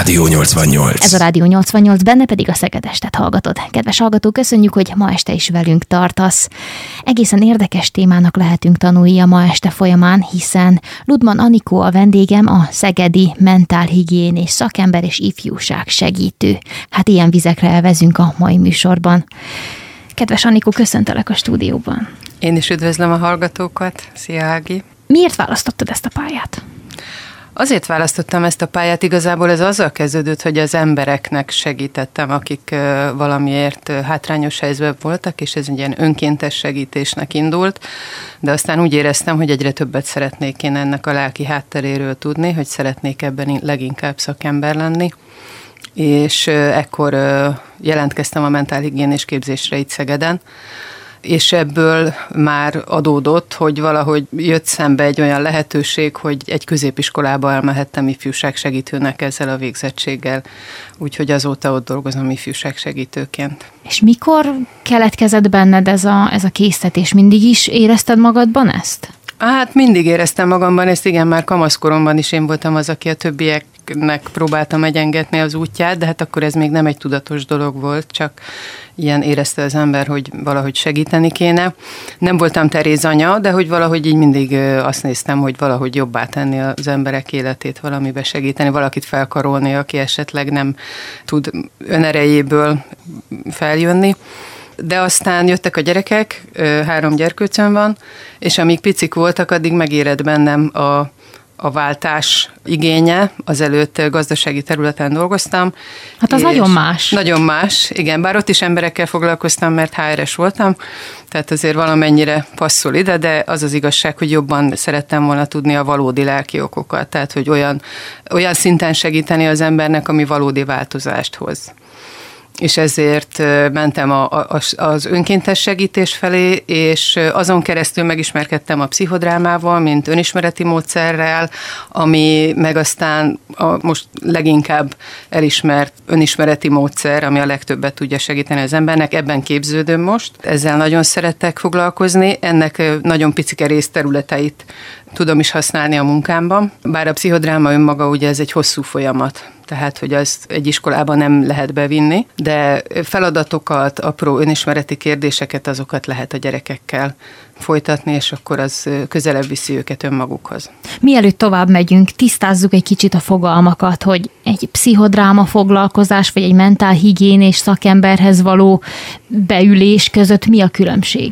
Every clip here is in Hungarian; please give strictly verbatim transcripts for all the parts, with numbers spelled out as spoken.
Rádió nyolcvannyolc. Ez a Rádió nyolcvannyolc, benne pedig a Szegedestet hallgatod. Kedves hallgató, köszönjük, hogy ma este is velünk tartasz. Egészen érdekes témának lehetünk tanulni a ma este folyamán, hiszen Ludman Anikó a vendégem, a szegedi mentálhigiénés szakember és ifjúság segítő. Hát ilyen vizekre elvezünk a mai műsorban. Kedves Anikó, köszöntelek a stúdióban. Én is üdvözlöm a hallgatókat. Szia, Ági! Miért választottad ezt a pályát? Azért választottam ezt a pályát, igazából ez azzal kezdődött, hogy az embereknek segítettem, akik valamiért hátrányos helyzetben voltak, és ez egy ilyen önkéntes segítésnek indult, de aztán úgy éreztem, hogy egyre többet szeretnék én ennek a lelki hátteréről tudni, hogy szeretnék ebben leginkább szakember lenni, és ekkor jelentkeztem a mentálhigiénés képzésre itt Szegeden, és ebből már adódott, hogy valahogy jött szembe egy olyan lehetőség, hogy egy középiskolába elmehettem ifjúságsegítőnek ezzel a végzettséggel, úgyhogy azóta ott dolgozom ifjúságsegítőként. És mikor keletkezett benned ez a, ez a késztetés? Mindig is érezted magadban ezt? Hát mindig éreztem magamban ezt, igen, már kamaszkoromban is én voltam az, aki a többieknek próbáltam egyengetni az útját, de hát akkor ez még nem egy tudatos dolog volt, csak ilyen érezte az ember, hogy valahogy segíteni kéne. Nem voltam Teréz anya, de hogy valahogy így mindig azt néztem, hogy valahogy jobbá tenni az emberek életét, valamibe segíteni, valakit felkarolni, aki esetleg nem tud önerejéből feljönni. De aztán jöttek a gyerekek, három gyerkőcöm van, és amíg picik voltak, addig megérett bennem a, a váltás igénye. Azelőtt gazdasági területen dolgoztam. Hát az nagyon más. Nagyon más, igen, bár ott is emberekkel foglalkoztam, mert há er es voltam, tehát azért valamennyire passzol ide, de az az igazság, hogy jobban szerettem volna tudni a valódi lelki okokat, tehát hogy olyan, olyan szinten segíteni az embernek, ami valódi változást hoz. És ezért mentem a, a, az önkéntes segítés felé, és azon keresztül megismerkedtem a pszichodrámával, mint önismereti módszerrel, ami meg aztán a most leginkább elismert önismereti módszer, ami a legtöbbet tudja segíteni az embernek. Ebben képződöm most. Ezzel nagyon szerettek foglalkozni. Ennek nagyon picike részterületeit tudom is használni a munkámban. Bár a pszichodráma önmaga ugye ez egy hosszú folyamat, tehát hogy azt egy iskolában nem lehet bevinni, de feladatokat, apró önismereti kérdéseket, azokat lehet a gyerekekkel folytatni, és akkor az közelebb viszi őket önmagukhoz. Mielőtt tovább megyünk, tisztázzuk egy kicsit a fogalmakat, hogy egy pszichodráma foglalkozás, vagy egy mentálhigiénés szakemberhez való beülés között mi a különbség?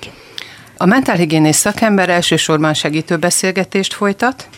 A mentálhigiénés szakember elsősorban segítő beszélgetést folytat,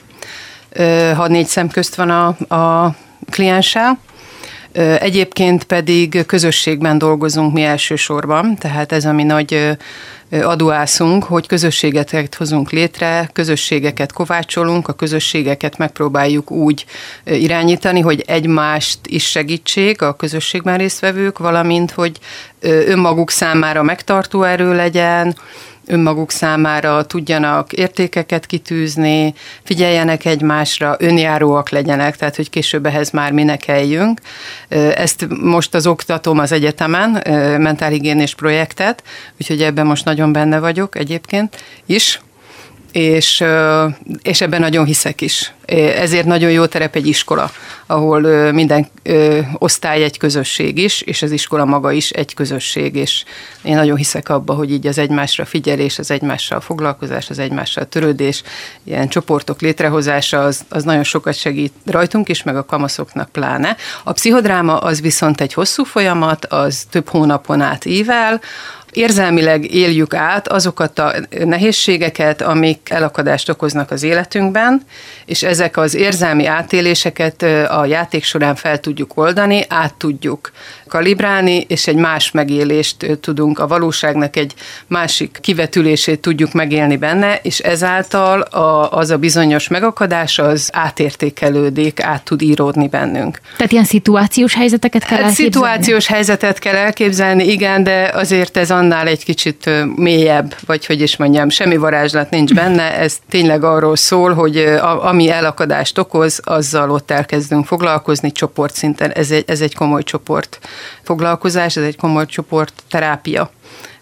ha négy szem közt van a, a klienssel. Egyébként pedig közösségben dolgozunk mi elsősorban, tehát ez a mi nagy aduászunk, hogy közösségeket hozunk létre, közösségeket kovácsolunk, a közösségeket megpróbáljuk úgy irányítani, hogy egymást is segítsék a közösségben résztvevők, valamint, hogy önmaguk számára megtartó erő legyen, önmaguk számára tudjanak értékeket kitűzni, figyeljenek egymásra, önjáróak legyenek, tehát hogy később ehhez már mi ne kelljünk. Ezt most az oktatom az egyetemen, mentálhigiénés projektet, úgyhogy ebben most nagyon benne vagyok egyébként is. És, és ebben nagyon hiszek is. Ezért nagyon jó terep egy iskola, ahol minden osztály egy közösség is, és az iskola maga is egy közösség, és én nagyon hiszek abba, hogy így az egymásra figyelés, az egymással foglalkozás, az egymással törődés, ilyen csoportok létrehozása, az, az nagyon sokat segít rajtunk is, meg a kamaszoknak pláne. A pszichodráma az viszont egy hosszú folyamat, az több hónapon át ível, érzelmileg éljük át azokat a nehézségeket, amik elakadást okoznak az életünkben, és ezek az érzelmi átéléseket a játék során fel tudjuk oldani, át tudjuk kalibrálni, és egy más megélést tudunk, a valóságnak egy másik kivetülését tudjuk megélni benne, és ezáltal a, az a bizonyos megakadás az átértékelődik, át tud íródni bennünk. Tehát ilyen szituációs helyzeteket kell hát elképzelni? Szituációs helyzetet kell elképzelni, igen, de azért ez annál egy kicsit mélyebb, vagy hogy is mondjam, semmi varázslat nincs benne, ez tényleg arról szól, hogy a, ami elakadást okoz, azzal ott elkezdünk foglalkozni csoportszinten, ez egy, ez egy komoly csoport foglalkozás, ez egy komoly csoport terápia.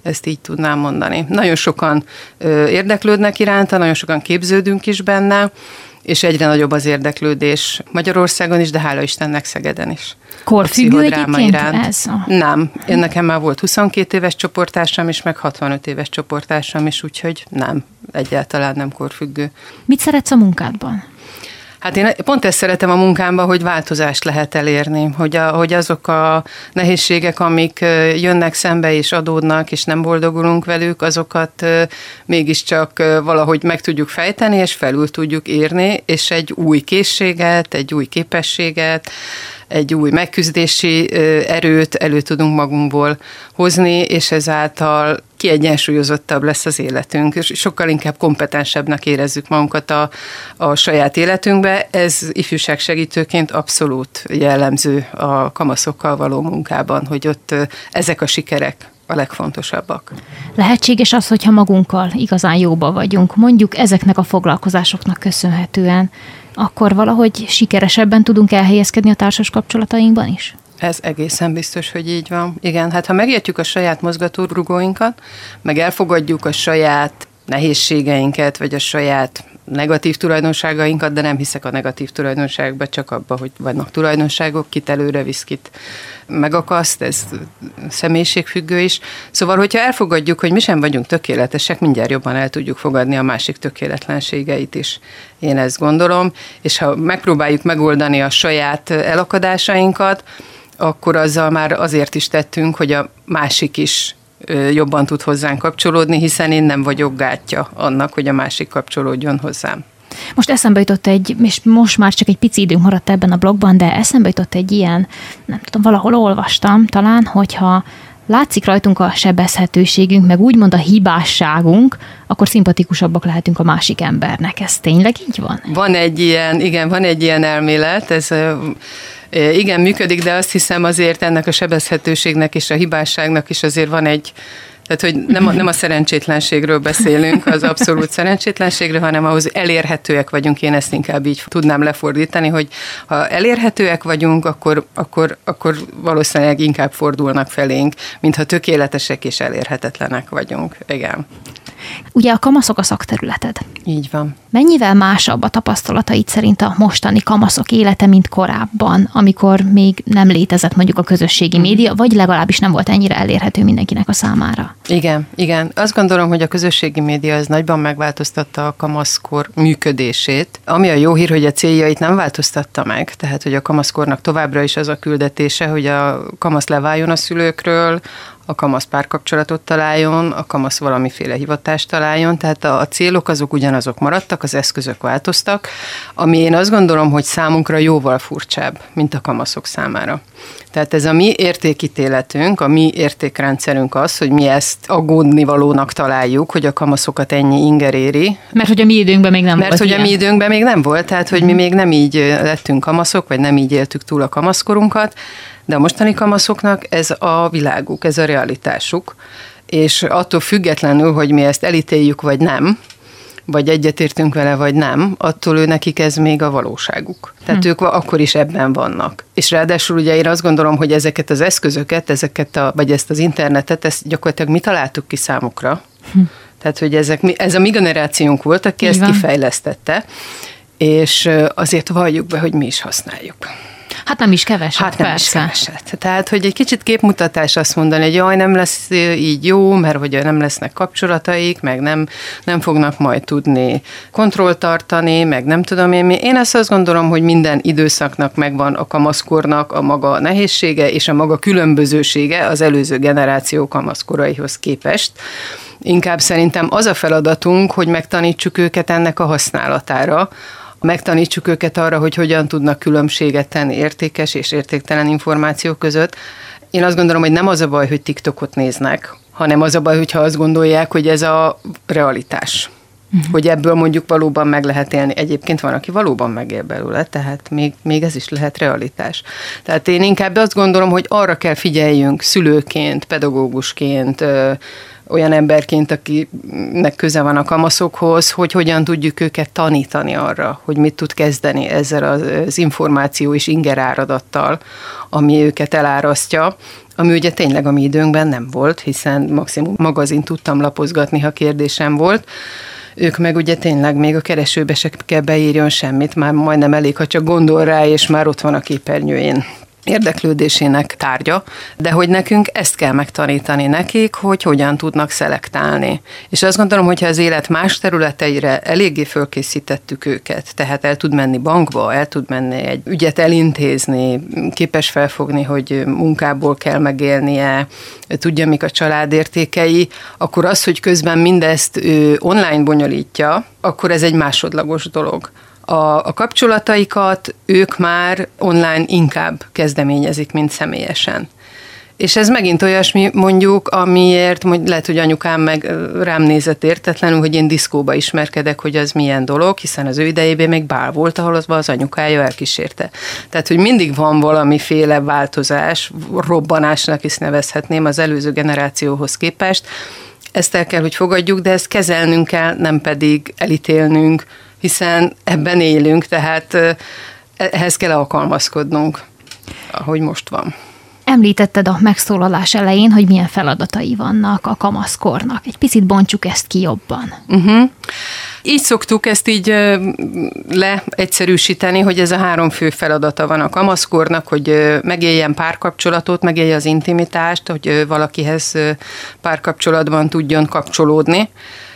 Ezt így tudnám mondani. Nagyon sokan ö, érdeklődnek iránta, nagyon sokan képződünk is benne, és egyre nagyobb az érdeklődés Magyarországon is, de hála Istennek Szegeden is. Korfüggő egyébként ez? Nem. Én nekem már volt huszonkét éves csoporttársam is, meg hatvanöt éves csoporttársam is, úgyhogy nem, egyáltalán nem korfüggő. Mit szeretsz a munkádban? Hát én pont ezt szeretem a munkámban, hogy változást lehet elérni, hogy, a, hogy azok a nehézségek, amik jönnek szembe és adódnak, és nem boldogulunk velük, azokat mégiscsak valahogy meg tudjuk fejteni, és felül tudjuk írni, és egy új készséget, egy új képességet, egy új megküzdési erőt elő tudunk magunkból hozni, és ezáltal kiegyensúlyozottabb lesz az életünk, és sokkal inkább kompetensebbnek érezzük magunkat a, a saját életünkbe. Ez ifjúságsegítőként abszolút jellemző a kamaszokkal való munkában, hogy ott ezek a sikerek a legfontosabbak. Lehetséges az, hogyha magunkkal igazán jóba vagyunk, mondjuk ezeknek a foglalkozásoknak köszönhetően, akkor valahogy sikeresebben tudunk elhelyezkedni a társas kapcsolatainkban is? Ez egészen biztos, hogy így van. Igen, hát ha megértjük a saját mozgatórugóinkat, meg elfogadjuk a saját nehézségeinket, vagy a saját negatív tulajdonságainkat, de nem hiszek a negatív tulajdonságba, csak abba, hogy vannak tulajdonságok, kit előre visz, kit megakaszt, ez személyiségfüggő is. Szóval, hogyha elfogadjuk, hogy mi sem vagyunk tökéletesek, mindjárt jobban el tudjuk fogadni a másik tökéletlenségeit is. Én ezt gondolom, és ha megpróbáljuk megoldani a saját elakadásainkat, akkor azzal már azért is tettünk, hogy a másik is jobban tud hozzánk kapcsolódni, hiszen én nem vagyok gátja annak, hogy a másik kapcsolódjon hozzám. Most eszembe jutott egy, és most már csak egy pici időnk maradt ebben a blogban, de eszembe jutott egy ilyen, nem tudom, valahol olvastam talán, hogyha látszik rajtunk a sebezhetőségünk, meg úgymond a hibásságunk, akkor szimpatikusabbak lehetünk a másik embernek. Ez tényleg így van? Van egy ilyen, igen, van egy ilyen elmélet, ez igen, működik, de azt hiszem azért ennek a sebezhetőségnek és a hibásságnak is azért van egy, tehát hogy nem a, nem a szerencsétlenségről beszélünk, az abszolút szerencsétlenségről, hanem ahhoz elérhetőek vagyunk, én ezt inkább így tudnám lefordítani, hogy ha elérhetőek vagyunk, akkor, akkor, akkor valószínűleg inkább fordulnak felénk, mintha tökéletesek és elérhetetlenek vagyunk. Igen. Ugye a kamaszok a szakterületed. Így van. Mennyivel másabb a tapasztalataid szerint a mostani kamaszok élete, mint korábban, amikor még nem létezett mondjuk a közösségi média, vagy legalábbis nem volt ennyire elérhető mindenkinek a számára? Igen, igen. Azt gondolom, hogy a közösségi média ez nagyban megváltoztatta a kamaszkor működését. Ami a jó hír, hogy a céljait nem változtatta meg, tehát hogy a kamaszkornak továbbra is az a küldetése, hogy a kamasz leváljon a szülőkről, a kamasz párkapcsolatot találjon, a kamasz valamiféle hivatást találjon, tehát a, a célok azok ugyanazok maradtak, az eszközök változtak, ami én azt gondolom, hogy számunkra jóval furcsább, mint a kamaszok számára. Tehát ez a mi értékítéletünk, a mi értékrendszerünk az, hogy mi ezt aggódnivalónak találjuk, hogy a kamaszokat ennyi inger éri. Mert hogy a mi időnkben még nem Mert volt hogy ilyen. a mi időnkben még nem volt, tehát hogy mi még nem így lettünk kamaszok, vagy nem így éltük túl a kamaszkorunkat, de a mostani kamaszoknak ez a világuk, ez a realitásuk, és attól függetlenül, hogy mi ezt elítéljük, vagy nem, vagy egyetértünk vele, vagy nem, attól ő nekik ez még a valóságuk. Tehát hm. ők akkor is ebben vannak. És ráadásul ugye én azt gondolom, hogy ezeket az eszközöket, ezeket a, vagy ezt az internetet, ezt gyakorlatilag mi találtuk ki számukra. Hm. Tehát, hogy ezek, ez a mi generációnk volt, aki ezt kifejlesztette, és azért valljuk be, hogy mi is használjuk. Hát nem is keveset, hát nem persze. is keveset. Tehát, hogy egy kicsit képmutatás azt mondani, hogy jaj, nem lesz így jó, mert hogy nem lesznek kapcsolataik, meg nem, nem fognak majd tudni kontrollt tartani, meg nem tudom én mi. Én ezt azt gondolom, hogy minden időszaknak megvan a kamaszkornak a maga nehézsége és a maga különbözősége az előző generáció kamaszkoraihoz képest. Inkább szerintem az a feladatunk, hogy megtanítsuk őket ennek a használatára, megtanítsuk őket arra, hogy hogyan tudnak különbséget tenni értékes és értéktelen információk között. Én azt gondolom, hogy nem az a baj, hogy TikTokot néznek, hanem az a baj, hogyha azt gondolják, hogy ez a realitás. Uh-huh. Hogy ebből mondjuk valóban meg lehet élni. Egyébként van, aki valóban megél belőle, tehát még, még ez is lehet realitás. Tehát én inkább azt gondolom, hogy arra kell figyeljünk szülőként, pedagógusként, olyan emberként, akinek köze van a kamaszokhoz, hogy hogyan tudjuk őket tanítani arra, hogy mit tud kezdeni ezzel az információ és ingeráradattal, ami őket elárasztja, ami ugye tényleg a mi időnkben nem volt, hiszen maximum magazin tudtam lapozgatni, ha kérdésem volt. Ők meg ugye tényleg még a keresőbe se kell beírjon semmit, már majdnem elég, ha csak gondol rá, és már ott van a képernyőjén érdeklődésének tárgya, de hogy nekünk ezt kell megtanítani nekik, hogy hogyan tudnak szelektálni. És azt gondolom, hogyha az élet más területeire eléggé fölkészítettük őket, tehát el tud menni bankba, el tud menni egy ügyet elintézni, képes felfogni, hogy munkából kell megélnie, tudja, mik a család értékei, akkor az, hogy közben mindezt ő online bonyolítja, akkor ez egy másodlagos dolog. A, a kapcsolataikat ők már online inkább kezdeményezik, mint személyesen. És ez megint olyasmi, mondjuk, amiért mondjuk, lehet, hogy anyukám meg rám nézett értetlenül, hogy én diszkóba ismerkedek, hogy az milyen dolog, hiszen az ő idejében még bál volt, ahol az, az anyukája elkísérte. Tehát, hogy mindig van valamiféle változás, robbanásnak is nevezhetném az előző generációhoz képest. Ezt el kell, hogy fogadjuk, de ezt kezelnünk kell, nem pedig elítélnünk, hiszen ebben élünk, tehát ehhez kell alkalmazkodnunk, ahogy most van. Említetted a megszólalás elején, hogy milyen feladatai vannak a kamaszkornak. Egy picit bontsuk ezt ki jobban. Uh-huh. Így szoktuk ezt így leegyszerűsíteni, hogy ez a három fő feladata van a kamaszkornak, hogy megéljen párkapcsolatot, megélje az intimitást, hogy valakihez párkapcsolatban tudjon kapcsolódni,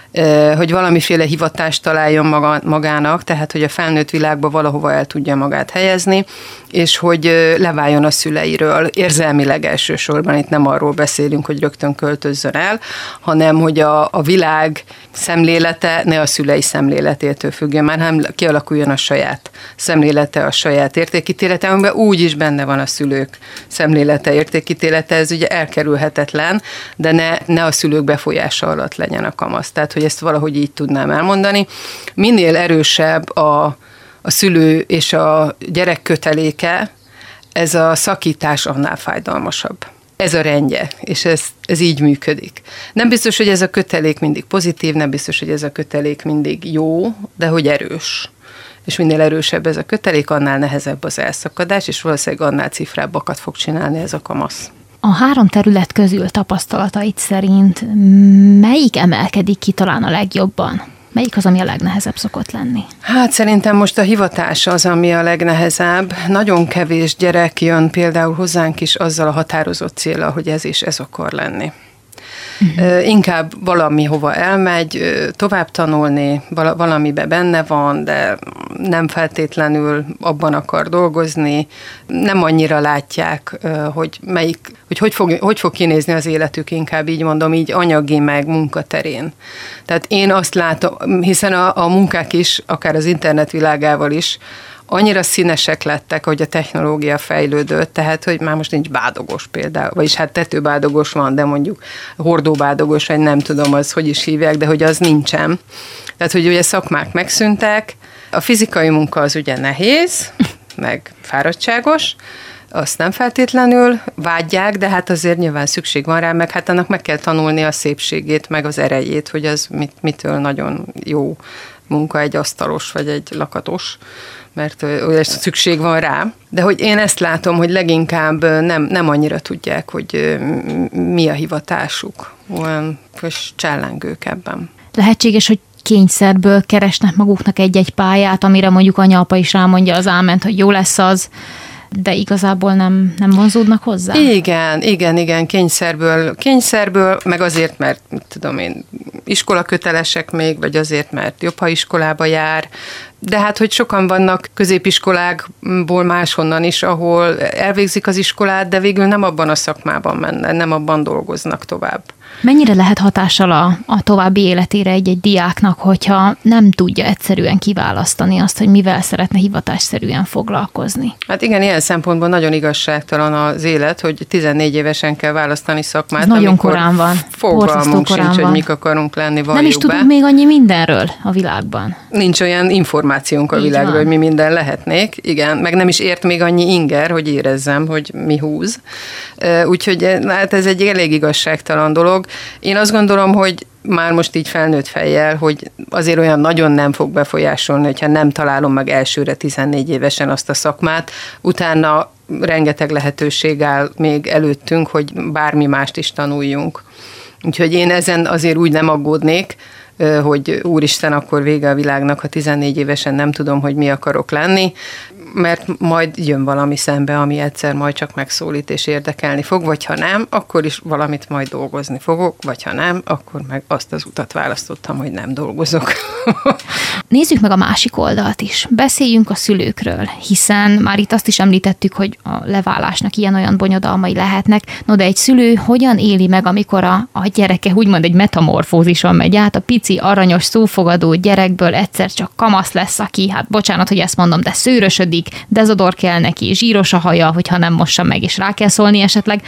hogy valamiféle hivatást találjon maga, magának, tehát hogy a felnőtt világba valahova el tudja magát helyezni, és hogy leváljon a szüleiről, érzelmileg elsősorban. Itt nem arról beszélünk, hogy rögtön költözzön el, hanem hogy a, a világ szemlélete ne a szülei szemléletétől függjön, már nem kialakuljon a saját szemlélete, a saját értékítélete, amiben úgy is benne van a szülők szemlélete, értékítélete, ez ugye elkerülhetetlen, de ne, ne a szülők befolyása alatt legyen a kamasz. Tehát, hogy ezt valahogy így tudnám elmondani. Minél erősebb a, a szülő és a gyerek köteléke, ez a szakítás annál fájdalmasabb. Ez a rendje, és ez, ez így működik. Nem biztos, hogy ez a kötelék mindig pozitív, nem biztos, hogy ez a kötelék mindig jó, de hogy erős. És minél erősebb ez a kötelék, annál nehezebb az elszakadás, és valószínűleg annál cifrábbakat fog csinálni ez a kamasz. A három terület közül tapasztalatait szerint melyik emelkedik ki talán a legjobban? Melyik az, ami a legnehezebb szokott lenni? Hát szerintem most a hivatás az, ami a legnehezebb. Nagyon kevés gyerek jön például hozzánk is azzal a határozott céllal, hogy ez is ez akar lenni. Uh-huh. Inkább valami hova elmegy, tovább tanulni, valamiben benne van, de nem feltétlenül abban akar dolgozni, nem annyira látják, hogy melyik, hogy hogy fog, hogy fog kinézni az életük, inkább így mondom, így anyagi meg munkaterén. Tehát én azt látom, hiszen a, a munkák is, akár az internet világával is, annyira színesek lettek, hogy a technológia fejlődött, tehát, hogy már most nincs bádogos például, vagyis hát tetőbádogos van, de mondjuk hordóbádogos, vagy nem tudom, az hogy is hívják, de hogy az nincsen. Tehát, hogy ugye szakmák megszűntek, a fizikai munka az ugye nehéz, meg fáradtságos, azt nem feltétlenül vágyják, de hát azért nyilván szükség van rá, meg hát annak meg kell tanulni a szépségét, meg az erejét, hogy az mit, mitől nagyon jó munka egy asztalos, vagy egy lakatos, mert olyan szükség van rá. De hogy én ezt látom, hogy leginkább nem, nem annyira tudják, hogy mi a hivatásuk. Olyan kis csállengők ebben. Lehetséges, hogy kényszerből keresnek maguknak egy-egy pályát, amire mondjuk anya-apa is rámondja az áment, hogy jó lesz az, de igazából nem, nem vonzódnak hozzá? Igen, igen, igen, kényszerből, kényszerből, meg azért, mert mit tudom én, iskolakötelesek még, vagy azért, mert jobb, ha iskolába jár, de hát, hogy sokan vannak középiskolákból máshonnan is, ahol elvégzik az iskolát, de végül nem abban a szakmában mennek, nem abban dolgoznak tovább. Mennyire lehet hatással a, a további életére egy-egy diáknak, hogyha nem tudja egyszerűen kiválasztani azt, hogy mivel szeretne hivatásszerűen foglalkozni? Hát igen, ilyen szempontból nagyon igazságtalan az élet, hogy tizennégy évesen kell választani szakmát. Ez nagyon korán van. Fogalmunk sincs, van. Hogy mik akarunk lenni, Nem is tudunk még annyi mindenről a világban. Nincs olyan információnk a Így világról, van. Hogy mi minden lehetnék. Igen, meg nem is ért még annyi inger, hogy érezzem, hogy mi húz. Úgyhogy hát ez egy elég igazságtalan dolog. dolog. Én azt gondolom, hogy már most így felnőtt fejjel, hogy azért olyan nagyon nem fog befolyásolni, hogyha nem találom meg elsőre tizennégy évesen azt a szakmát, utána rengeteg lehetőség áll még előttünk, hogy bármi mást is tanuljunk. Úgyhogy én ezen azért úgy nem aggódnék, hogy úristen, akkor vége a világnak, ha tizennégy évesen nem tudom, hogy mi akarok lenni, mert majd jön valami szembe, ami egyszer majd csak megszólít és érdekelni fog, vagy ha nem, akkor is valamit majd dolgozni fogok, vagy ha nem, akkor meg azt az utat választottam, hogy nem dolgozok. Nézzük meg a másik oldalt is. Beszéljünk a szülőkről, hiszen már itt azt is említettük, hogy a leválásnak ilyen-olyan bonyodalmai lehetnek. No, de egy szülő hogyan éli meg, amikor a, a gyereke úgymond egy metamorfózison megy át, a pici, aranyos, szófogadó gyerekből egyszer csak kamasz lesz, aki, hát bocsánat, hogy ezt mondom, de szőrösödik, dezodor kell neki, zsíros a haja, hogyha nem mossa meg, és rá kell szólni esetleg.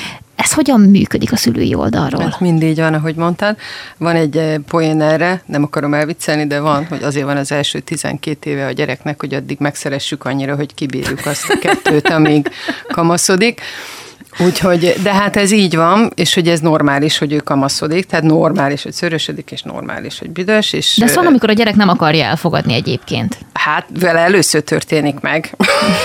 Ez hogyan működik a szülői oldalról? Hát mindig van, ahogy mondtad. Van egy poén erre, nem akarom elviccelni, de van, hogy azért van az első tizenkét éve a gyereknek, hogy addig megszeressük annyira, hogy kibírjuk azt a kettőt, amíg kamaszodik. Úgyhogy, de hát ez így van, és hogy ez normális, hogy ő kamaszodik, tehát normális, hogy szörösödik, és normális, hogy büdös. És de szóval, amikor a gyerek nem akarja elfogadni egyébként. Hát vele először történik meg.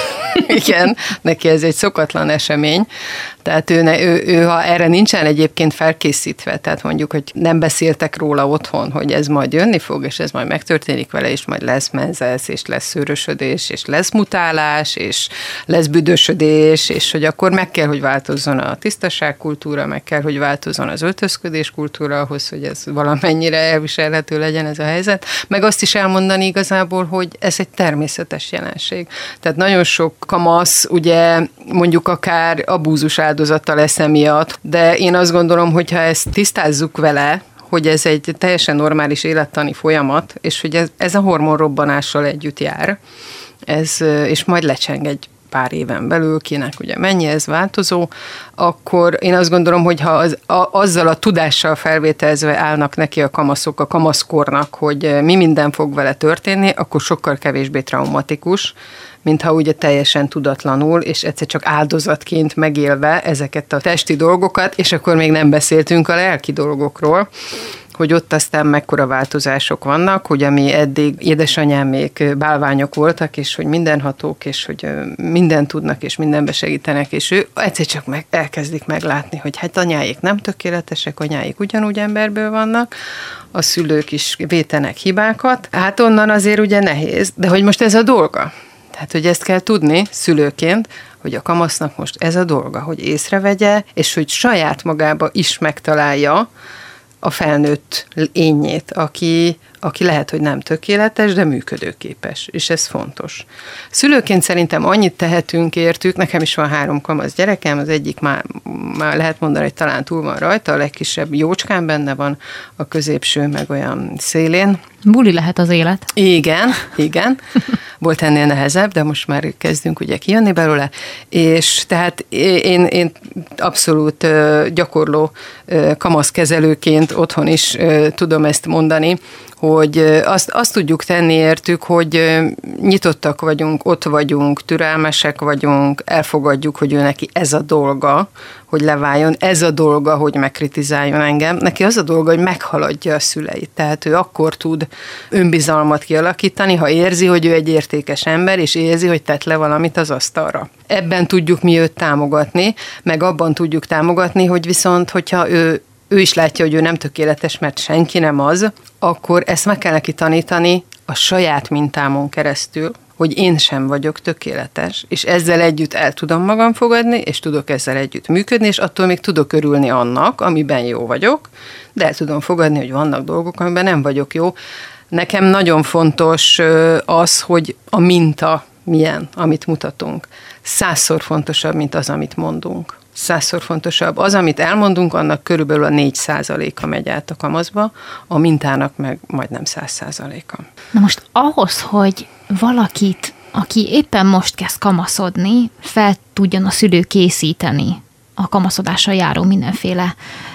Igen, neki ez egy szokatlan esemény, tehát ő, ő, ő, ha erre nincsen egyébként felkészítve, tehát mondjuk, hogy nem beszéltek róla otthon, hogy ez majd jönni fog, és ez majd megtörténik vele, és majd lesz menzesz, és lesz szőrösödés, és lesz mutálás, és lesz büdösödés, és hogy akkor meg kell, hogy változzon a tisztaságkultúra, meg kell, hogy változzon az öltözködés kultúra ahhoz, hogy ez valamennyire elviselhető legyen ez a helyzet, meg azt is elmondani igazából, hogy ez egy természetes jelenség. Tehát nagyon sok kamasz, ugye mondjuk akár abúzus áldozata lesz emiatt, de én azt gondolom, hogy ha ezt tisztázzuk vele, hogy ez egy teljesen normális élettani folyamat, és hogy ez, ez a hormonrobbanással együtt jár, ez, és majd lecseng egy pár éven belül, kinek ugye mennyi, ez változó, akkor én azt gondolom, hogy ha az, a, azzal a tudással felvételezve állnak neki a kamaszok, a kamaszkornak, hogy mi minden fog vele történni, akkor sokkal kevésbé traumatikus, mintha ugye teljesen tudatlanul, és egyszer csak áldozatként megélve ezeket a testi dolgokat, és akkor még nem beszéltünk a lelki dolgokról, hogy ott aztán mekkora változások vannak, hogy ami eddig édesanyámék bálványok voltak, és hogy mindenhatók, és hogy mindent tudnak, és mindenbe segítenek, és ő egyszer csak meg, elkezdik meglátni, hogy hát anyáik nem tökéletesek, anyáik ugyanúgy emberből vannak, a szülők is vétenek hibákat, hát onnan azért ugye nehéz, de hogy most ez a dolga. Tehát, hogy ezt kell tudni szülőként, hogy a kamasznak most ez a dolga, hogy észrevegye, és hogy saját magába is megtalálja a felnőtt énnyét, aki, aki lehet, hogy nem tökéletes, de működőképes, és ez fontos. Szülőként szerintem annyit tehetünk értük, nekem is van három kamasz gyerekem, az egyik már, már lehet mondani, hogy talán túl van rajta, a legkisebb jócskán benne van, a középső meg olyan szélén. Buli lehet az élet. Igen, igen. Volt ennél nehezebb, de most már kezdünk ugye kijönni belőle, és tehát én, én abszolút gyakorló kamaszkezelőként otthon is tudom ezt mondani, hogy azt, azt tudjuk tenni értük, hogy nyitottak vagyunk, ott vagyunk, türelmesek vagyunk, elfogadjuk, hogy ő neki ez a dolga, hogy leváljon, ez a dolga, hogy megkritizáljon engem. Neki az a dolga, hogy meghaladja a szüleit. Tehát ő akkor tud önbizalmat kialakítani, ha érzi, hogy ő egy értékes ember, és érzi, hogy tett le valamit az asztalra. Ebben tudjuk mi őt támogatni, meg abban tudjuk támogatni, hogy viszont, hogyha ő ő is látja, hogy ő nem tökéletes, mert senki nem az, akkor ezt meg kell neki tanítani a saját mintámon keresztül, hogy én sem vagyok tökéletes, és ezzel együtt el tudom magam fogadni, és tudok ezzel együtt működni, és attól még tudok örülni annak, amiben jó vagyok, de el tudom fogadni, hogy vannak dolgok, amiben nem vagyok jó. Nekem nagyon fontos az, hogy a minta milyen, amit mutatunk. Százszor fontosabb, mint az, amit mondunk. Százszor fontosabb. Az, amit elmondunk, annak körülbelül a négy százaléka megy át a kamaszba, a mintának meg majdnem száz százaléka. Na most ahhoz, hogy valakit, aki éppen most kezd kamaszodni, fel tudjon a szülő készíteni a kamaszodással járó mindenféle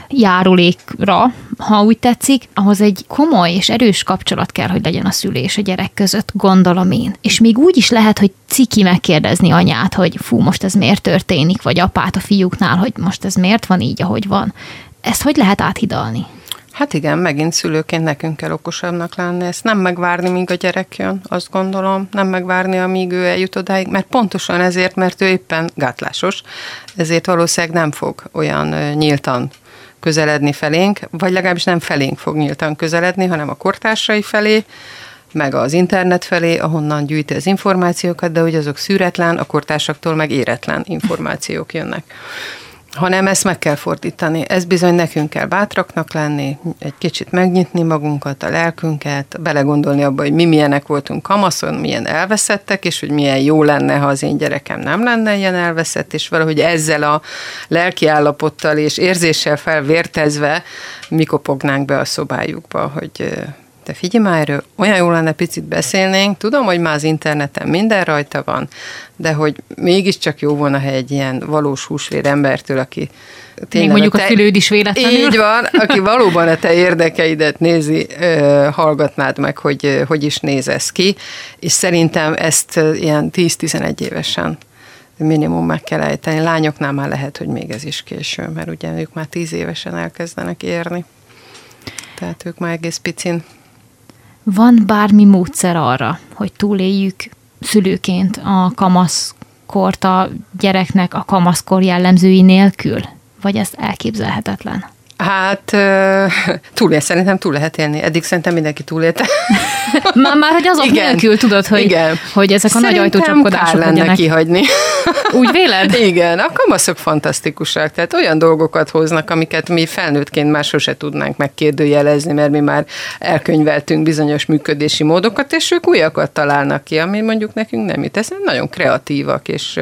járulékra, ha úgy tetszik, ahhoz egy komoly és erős kapcsolat kell, hogy legyen a szülő és a gyerek között, gondolom én. És még úgy is lehet, hogy ciki megkérdezni anyát, hogy fú, most ez miért történik, vagy apát a fiúknál, hogy most ez miért van így, ahogy van. Ezt hogy lehet áthidalni? Hát igen, megint szülőként nekünk kell okosabbnak lenni, ezt nem megvárni, míg a gyerek jön, azt gondolom, nem megvárni, amíg ő eljut odáig, mert pontosan ezért, mert ő éppen gátlásos, ezért valószínűleg nem fog olyan nyíltan közeledni felénk, vagy legalábbis nem felénk fog nyíltan közeledni, hanem a kortársai felé, meg az internet felé, ahonnan gyűjti az információkat, de hogy azok szűretlen, a kortársaktól meg éretlen információk jönnek. Hanem ezt meg kell fordítani. Ez bizony nekünk kell bátraknak lenni, egy kicsit megnyitni magunkat, a lelkünket, belegondolni abba, hogy mi milyenek voltunk kamaszon, milyen elveszettek, és hogy milyen jó lenne, ha az én gyerekem nem lenne ilyen elveszett, és valahogy ezzel a lelki állapottal és érzéssel felvértezve mi kopognánk be a szobájukba, hogy te figyelj már erről, olyan jó lenne picit beszélnénk, tudom, hogy már az interneten minden rajta van, de hogy mégiscsak jó volna, ha egy ilyen valós húsvér embertől, aki még mondjuk a, te, a szülőd is véletlenül. Így van, aki valóban a te érdekeidet nézi, hallgatnád meg, hogy hogy is néz ez ki, és szerintem ezt ilyen tíz-tizenegy évesen minimum meg kell ejteni. Lányoknál már lehet, hogy még ez is késő, mert ugye ők már tíz évesen elkezdenek érni. Tehát ők már egész picin. Van bármi módszer arra, hogy túléljük szülőként a kamaszkort a gyereknek a kamaszkor jellemzői nélkül? Vagy ez elképzelhetetlen? Hát túl, szerintem túl lehet élni. Eddig szerintem mindenki túlélte. Már, már hogy azok igen, nélkül tudod, hogy, igen. hogy ezek a szerintem nagy ajtócsapkodások legyenek. Szerintem kár lenne kihagyni. Úgy véled? Igen, a kamaszok fantasztikusak. Tehát olyan dolgokat hoznak, amiket mi felnőttként már sose tudnánk megkérdőjelezni, mert mi már elkönyveltünk bizonyos működési módokat, és ők újakat találnak ki, ami mondjuk nekünk nem jut. Ez nagyon kreatívak, és